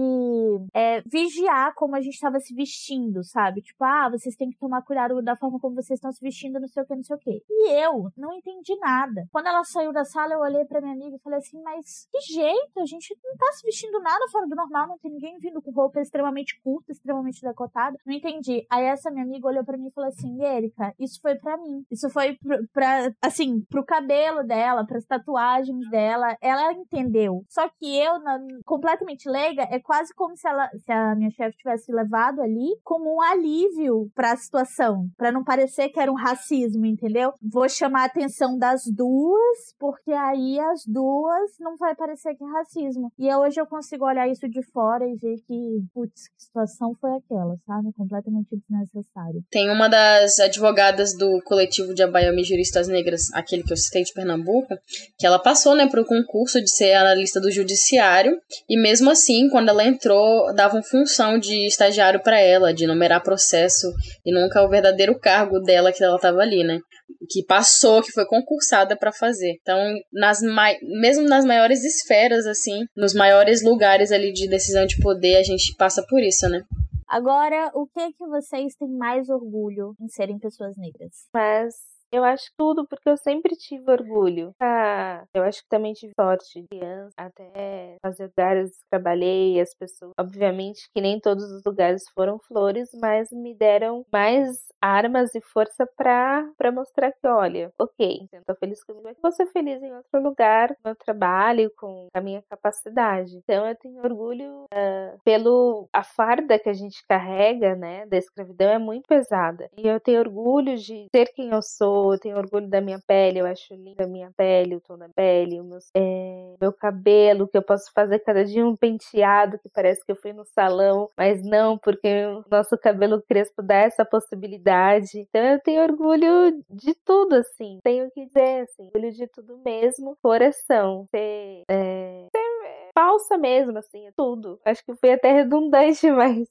é, vigiar como a gente estava se vestindo, sabe? Tipo, ah, vocês têm que tomar cuidado da forma como vocês estão se vestindo, não sei o que, não sei o que. E eu não entendi nada. Quando ela saiu da sala, eu olhei pra minha amiga e falei assim, mas que jeito? A gente não tá se vestindo nada fora do normal, não tem ninguém vindo com roupa extremamente curta, extremamente decotada. Não entendi. Aí essa minha amiga olhou pra mim e falou assim, Érica, isso foi pra mim. Isso foi pra, pra, assim, pro cabelo dela, pras tatuagens dela. Ela entendeu. Só que eu, na, completamente leiga, é quase como se, ela, se a minha chefe tivesse levado ali como um alívio pra situação, pra não parecer que era um racismo, entendeu? Vou chamar a atenção das duas, porque aí as duas não vai parecer que é racismo. E hoje eu consigo olhar isso de fora e ver que, putz, que situação foi aquela, sabe? Completamente desnecessária. Tem uma das advogadas do coletivo de Abayomi Juristas Negras, aquele que eu citei de Pernambuco, que ela passou, né, pro concurso de ser analista do judiciário, e mesmo assim, quando ela entrou, davam fun- função de estagiário para ela, de numerar processo, e nunca o verdadeiro cargo dela que ela estava ali, né? Que passou, que foi concursada para fazer. Então, nas mai... mesmo nas maiores esferas, assim, nos maiores lugares ali de decisão de poder, a gente passa por isso, né? Agora, o que é que vocês têm mais orgulho em serem pessoas negras? Mas eu acho tudo, porque eu sempre tive orgulho. Ah, eu acho que também tive sorte de criança, até nos lugares que trabalhei, as pessoas, obviamente que nem todos os lugares foram flores, mas me deram mais armas e força pra, pra mostrar que, olha, ok, eu tô feliz comigo, mas vou ser feliz em outro lugar, no meu trabalho, com a minha capacidade. Então eu tenho orgulho uh, pelo a farda que a gente carrega, né, da escravidão é muito pesada. E eu tenho orgulho de ser quem eu sou, eu tenho orgulho da minha pele, eu acho linda a minha pele, o tom da pele, o meu, é, meu cabelo, que eu posso fazer cada dia um penteado que parece que eu fui no salão, mas não, porque o nosso cabelo crespo dá essa possibilidade. Então eu tenho orgulho de tudo, assim, tenho que dizer, assim, orgulho de tudo mesmo, coração, ser, é, ser falsa mesmo, assim, tudo. Acho que fui até redundante, mas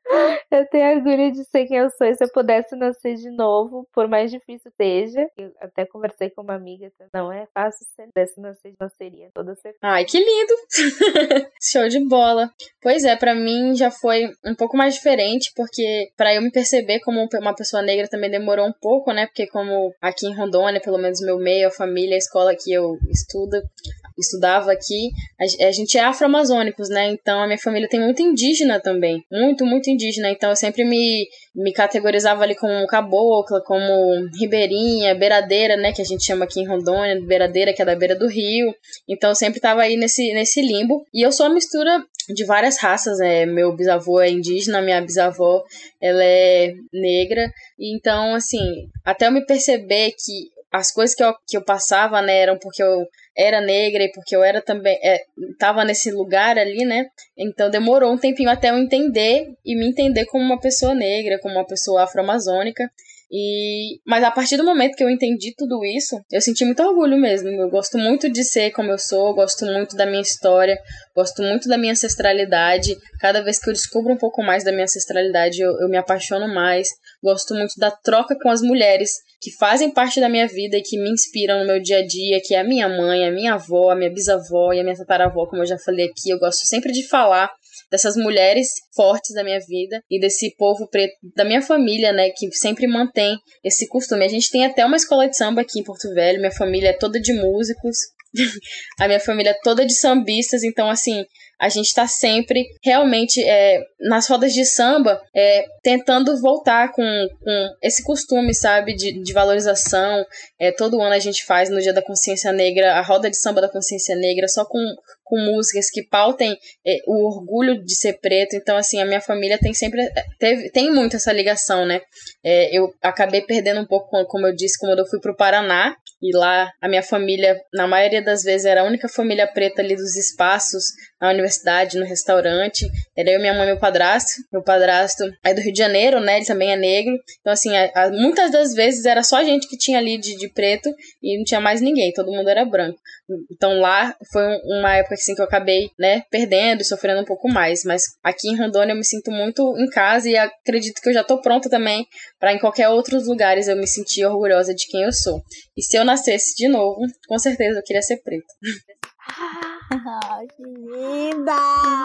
eu tenho orgulho de ser quem eu sou, e se eu pudesse nascer de novo, por mais difícil seja, eu até conversei com uma amiga, não é fácil, se eu pudesse nascer, nasceria toda certeza. Ai, que lindo! Show de bola! Pois é, pra mim já foi um pouco mais diferente, porque pra eu me perceber como uma pessoa negra também demorou um pouco, né, porque como aqui em Rondônia, pelo menos meu meio, a família, a escola que eu estudo, estudava aqui, a gente é afro-amazônicos, né, então a minha família tem muito indígena também, muito, muito indígena, então eu sempre me, me categorizava ali como cabocla, como ribeirinha, beiradeira, né, que a gente chama aqui em Rondônia, beiradeira, que é da beira do rio, então eu sempre tava aí nesse, nesse limbo, e eu sou uma mistura de várias raças, né, meu bisavô é indígena, minha bisavó, ela é negra, então, assim, até eu me perceber que as coisas que eu, que eu passava, né, eram porque eu era negra e porque eu era também, é, tava nesse lugar ali, né, então demorou um tempinho até eu entender e me entender como uma pessoa negra, como uma pessoa afro-amazônica. E, mas a partir do momento que eu entendi tudo isso, eu senti muito orgulho mesmo. Eu gosto muito de ser como eu sou, gosto muito da minha história, gosto muito da minha ancestralidade. Cada vez que eu descubro um pouco mais da minha ancestralidade, eu, eu me apaixono mais. Gosto muito da troca com as mulheres que fazem parte da minha vida e que me inspiram no meu dia a dia, que é a minha mãe, a minha avó, a minha bisavó e a minha tataravó, como eu já falei aqui. Eu gosto sempre de falar dessas mulheres fortes da minha vida e desse povo preto da minha família, né, que sempre mantém esse costume. A gente tem até uma escola de samba aqui em Porto Velho, minha família é toda de músicos, a minha família é toda de sambistas, então, assim, a gente tá sempre realmente é, nas rodas de samba é, tentando voltar com, com esse costume, sabe, de, de valorização. É, todo ano a gente faz no Dia da Consciência Negra a roda de samba da Consciência Negra, só com, com músicas que pautem é, o orgulho de ser preto. Então, assim, a minha família tem sempre teve, tem muito essa ligação, né? É, eu acabei perdendo um pouco, como eu disse, quando eu fui pro Paraná, e lá a minha família, na maioria das vezes, era a única família preta ali dos espaços, na universidade, no restaurante. Era eu, minha mãe e meu padrasto. Meu padrasto é do Rio de Janeiro, né? Ele também é negro. Então, assim, a, a, muitas das vezes era só a gente que tinha ali de, de preto e não tinha mais ninguém. Todo mundo era branco. Então, lá foi uma época assim, que eu acabei, né, perdendo e sofrendo um pouco mais. Mas aqui em Rondônia eu me sinto muito em casa e acredito que eu já tô pronta também para em qualquer outros lugares eu me sentir orgulhosa de quem eu sou. E se eu nascesse de novo, com certeza eu queria ser preta. Ah, que linda!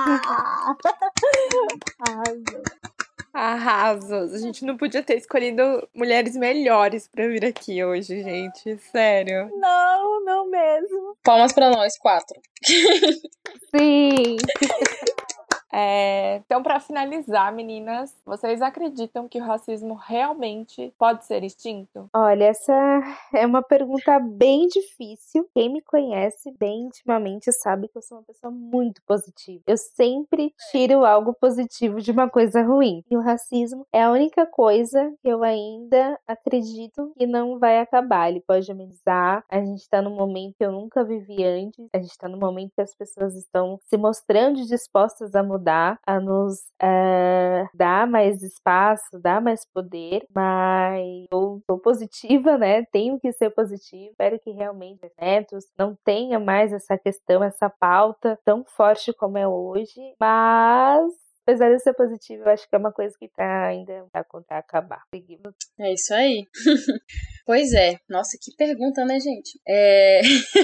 Arrasou. Arrasos. A gente não podia ter escolhido mulheres melhores pra vir aqui hoje, gente. Sério. Não, não mesmo. Palmas pra nós, quatro. Sim! É, então, para finalizar, meninas, vocês acreditam que o racismo realmente pode ser extinto? Olha, essa é uma pergunta bem difícil. Quem me conhece bem intimamente sabe que eu sou uma pessoa muito positiva. Eu sempre tiro algo positivo de uma coisa ruim. E o racismo é a única coisa que eu ainda acredito que não vai acabar. Ele pode amenizar. A gente está num momento que eu nunca vivi antes. A gente está num momento que as pessoas estão se mostrando dispostas a mudar. A nos uh, dar mais espaço, dar mais poder, mas eu sou positiva, né? Tenho que ser positiva. Espero que realmente os netos não tenha mais essa questão, essa pauta tão forte como é hoje, mas apesar de ser positivo, eu acho que é uma coisa que tá ainda tá contra acabar. Seguimos. É isso aí. Pois é. Nossa, que pergunta, né, gente? É...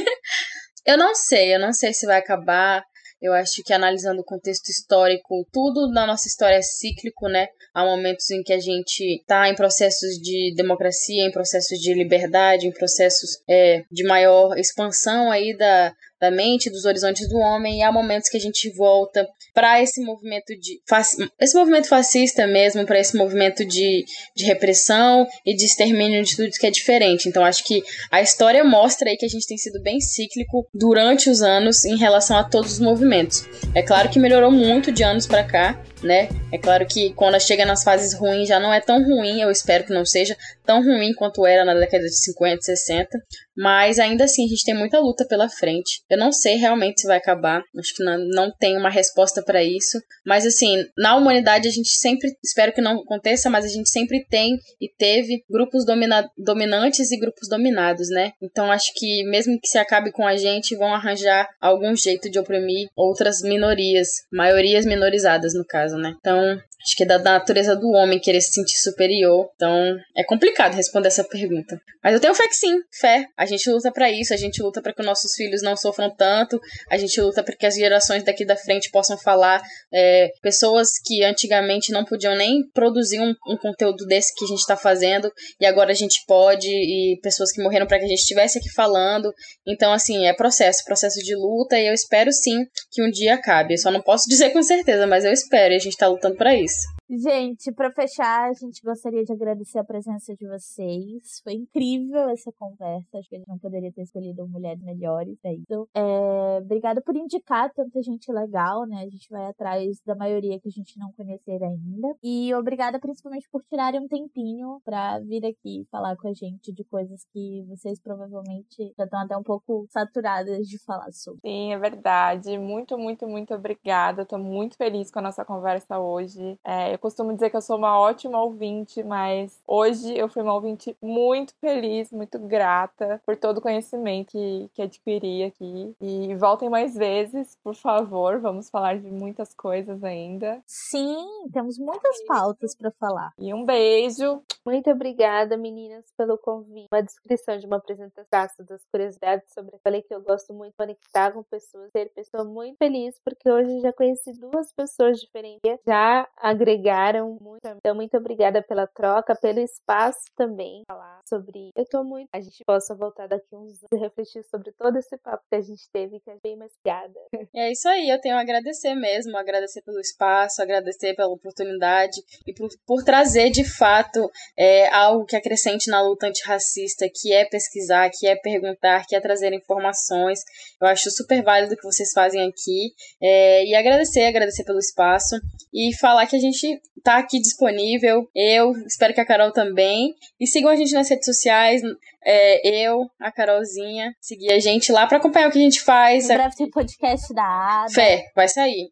eu não sei, eu não sei se vai acabar. Eu acho que analisando o contexto histórico, tudo na nossa história é cíclico, né? Há momentos em que a gente está em processos de democracia, em processos de liberdade, em processos é, de maior expansão aí da, da mente, dos horizontes do homem, e há momentos que a gente volta para esse movimento de esse movimento fascista mesmo, para esse movimento de, de repressão e de extermínio de tudo que é diferente. Então acho que a história mostra aí que a gente tem sido bem cíclico durante os anos em relação a todos os movimentos. É claro que melhorou muito de anos para cá, né? É claro que quando chega nas fases ruins já não é tão ruim, eu espero que não seja tão ruim quanto era na década de cinquenta, sessenta, mas ainda assim a gente tem muita luta pela frente. Eu não sei realmente se vai acabar, acho que não, não tem uma resposta para isso, mas assim, na humanidade a gente sempre, espero que não aconteça, mas a gente sempre tem e teve grupos domina- dominantes e grupos dominados, né? Então acho que mesmo que se acabe com a gente, vão arranjar algum jeito de oprimir outras minorias, maiorias minorizadas no caso, né? Então, acho que é da natureza do homem querer se sentir superior. Então, é complicado responder essa pergunta. Mas eu tenho fé que sim, fé. A gente luta pra isso, a gente luta pra que os nossos filhos não sofram tanto, a gente luta pra que as gerações daqui da frente possam falar. É, pessoas que antigamente não podiam nem produzir um, um conteúdo desse que a gente tá fazendo, e agora a gente pode, e pessoas que morreram pra que a gente estivesse aqui falando. Então, assim, é processo, processo de luta, e eu espero sim que um dia acabe. Eu só não posso dizer com certeza, mas eu espero, e a gente tá lutando pra isso. Gente, para fechar, a gente gostaria de agradecer a presença de vocês. Foi incrível essa conversa. Acho que a gente não poderia ter escolhido mulheres melhores. É isso. É, obrigada por indicar tanta gente legal, né? A gente vai atrás da maioria que a gente não conhecer ainda. E obrigada principalmente por tirarem um tempinho para vir aqui falar com a gente de coisas que vocês provavelmente já estão até um pouco saturadas de falar sobre. Sim, é verdade. Muito, muito, muito obrigada. Tô muito feliz com a nossa conversa hoje. É, eu costumo dizer que eu sou uma ótima ouvinte, mas hoje eu fui uma ouvinte muito feliz, muito grata por todo o conhecimento que, que adquiri aqui. E voltem mais vezes, por favor, vamos falar de muitas coisas ainda. Sim, temos muitas pautas para falar. E um beijo. Muito obrigada, meninas, pelo convite. Uma descrição de uma apresentação das curiosidades sobre... Eu falei que eu gosto muito de conectar com pessoas, ser pessoa muito feliz, porque hoje já conheci duas pessoas diferentes, já agregaram muito. Então, muito obrigada pela troca, pelo espaço também, falar sobre... Eu tô muito... A gente possa voltar daqui uns anos e refletir sobre todo esse papo que a gente teve, que é bem mais piada. É isso aí, eu tenho a agradecer mesmo, agradecer pelo espaço, agradecer pela oportunidade e por, por trazer, de fato, é, algo que acrescente na luta antirracista, que é pesquisar, que é perguntar, que é trazer informações. Eu acho super válido o que vocês fazem aqui. É, e agradecer, agradecer pelo espaço e falar que a gente tá aqui disponível, eu, espero que a Carol também, e sigam a gente nas redes sociais, é, eu, a Carolzinha, seguir a gente lá pra acompanhar o que a gente faz. Em breve tem podcast da Ada. Fé, vai sair.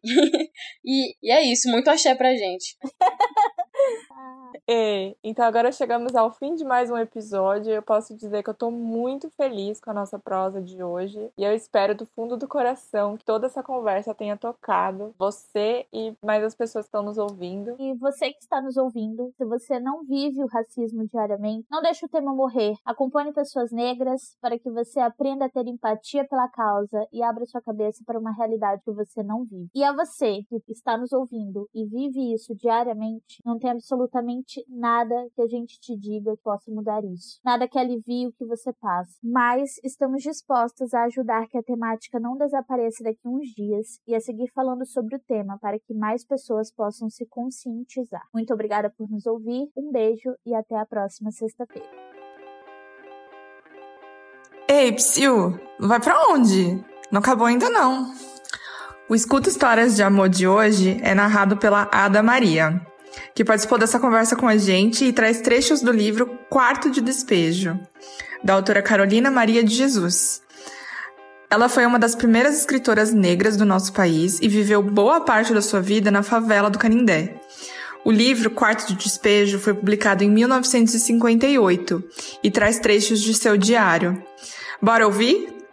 e, e é isso, muito axé pra gente. E, então agora chegamos ao fim de mais um episódio. Eu posso dizer que eu tô muito feliz com a nossa prosa de hoje e eu espero do fundo do coração que toda essa conversa tenha tocado você e mais as pessoas que estão nos ouvindo. E você que está nos ouvindo, se você não vive o racismo diariamente, não deixe o tema morrer. Acompanhe pessoas negras para que você aprenda a ter empatia pela causa e abra sua cabeça para uma realidade que você não vive. E a você que está nos ouvindo e vive isso diariamente, não tem absolutamente nada que a gente te diga que possa mudar isso. Nada que alivie o que você passa. Mas estamos dispostos a ajudar que a temática não desapareça daqui a uns dias e a seguir falando sobre o tema para que mais pessoas possam se conscientizar. Muito obrigada por nos ouvir, um beijo e até a próxima sexta-feira. Ei, Psyu, vai pra onde? Não acabou ainda não. O Escuta Histórias de Amor de hoje é narrado pela Ada Maria, que participou dessa conversa com a gente e traz trechos do livro Quarto de Despejo, da autora Carolina Maria de Jesus. Ela foi uma das primeiras escritoras negras do nosso país e viveu boa parte da sua vida na favela do Canindé. O livro Quarto de Despejo foi publicado em mil novecentos e cinquenta e oito e traz trechos de seu diário. Bora ouvir?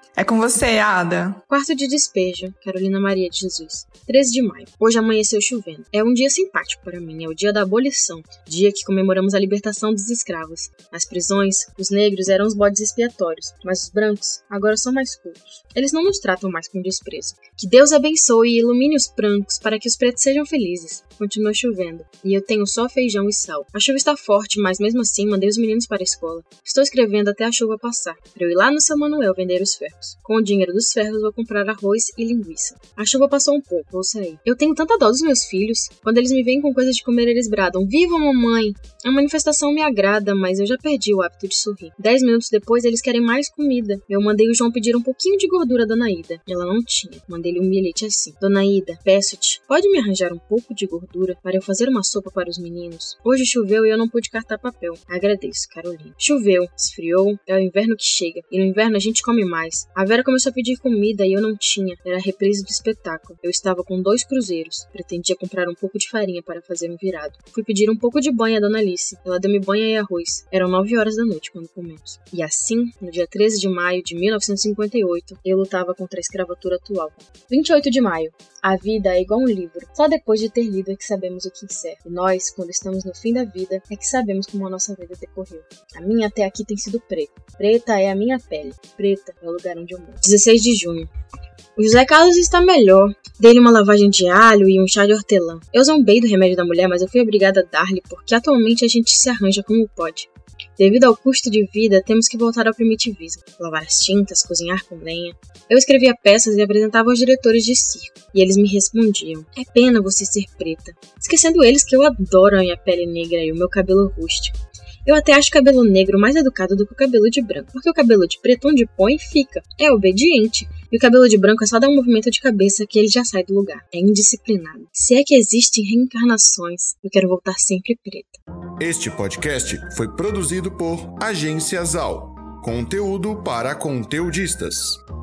É com você, Ada. Quarto de despejo, Carolina Maria de Jesus. treze de maio. Hoje amanheceu chovendo. É um dia simpático para mim, é o dia da abolição, dia que comemoramos a libertação dos escravos. Nas prisões, os negros eram os bodes expiatórios, mas os brancos agora são mais cultos. Eles não nos tratam mais com desprezo. Que Deus abençoe e ilumine os brancos para que os pretos sejam felizes. Continua chovendo, e eu tenho só feijão e sal. A chuva está forte, mas mesmo assim mandei os meninos para a escola. Estou escrevendo até a chuva passar, para eu ir lá no São Manuel vender os ferros. Com o dinheiro dos ferros vou comprar arroz e linguiça. A chuva passou um pouco, vou sair. Eu tenho tanta dó dos meus filhos. Quando eles me veem com coisa de comer, eles bradam: "Viva, mamãe!" A manifestação me agrada, mas eu já perdi o hábito de sorrir. Dez minutos depois, eles querem mais comida. Eu mandei o João pedir um pouquinho de gordura a Dona Ida. Ela não tinha. Mandei-lhe um bilhete assim: "Dona Ida, peço-te, pode me arranjar um pouco de gordura para eu fazer uma sopa para os meninos? Hoje choveu e eu não pude cartar papel. Agradeço, Carolina." Choveu, esfriou, é o inverno que chega. E no inverno a gente come mais. A Vera começou a pedir comida e eu não tinha. Era a reprise do espetáculo. Eu estava com dois cruzeiros. Pretendia comprar um pouco de farinha para fazer um virado. Fui pedir um pouco de banha a Dona Alice. Ela deu-me banha e arroz. Eram nove horas da noite quando comemos. E assim, no dia treze de maio de mil novecentos e cinquenta e oito, eu lutava contra a escravatura atual. vinte e oito de maio. A vida é igual um livro. Só depois de ter lido é que sabemos o que encerra. E nós, quando estamos no fim da vida, é que sabemos como a nossa vida decorreu. A minha até aqui tem sido preta. Preta é a minha pele. Preta é o lugar onde eu moro. dezesseis de junho. O José Carlos está melhor. Dei-lhe uma lavagem de alho e um chá de hortelã. Eu zombei do remédio da mulher, mas eu fui obrigada a dar-lhe porque atualmente a gente se arranja como pode. Devido ao custo de vida, temos que voltar ao primitivismo. Lavar as tintas, cozinhar com lenha. Eu escrevia peças e apresentava aos diretores de circo. E eles me respondiam: "É pena você ser preta." Esquecendo eles que eu adoro a minha pele negra e o meu cabelo rústico. Eu até acho o cabelo negro mais educado do que o cabelo de branco, porque o cabelo de preto onde põe fica, é obediente, e o cabelo de branco é só dar um movimento de cabeça que ele já sai do lugar, é indisciplinado. Se é que existem reencarnações, eu quero voltar sempre preta. Este podcast foi produzido por Agência Zal, conteúdo para conteudistas.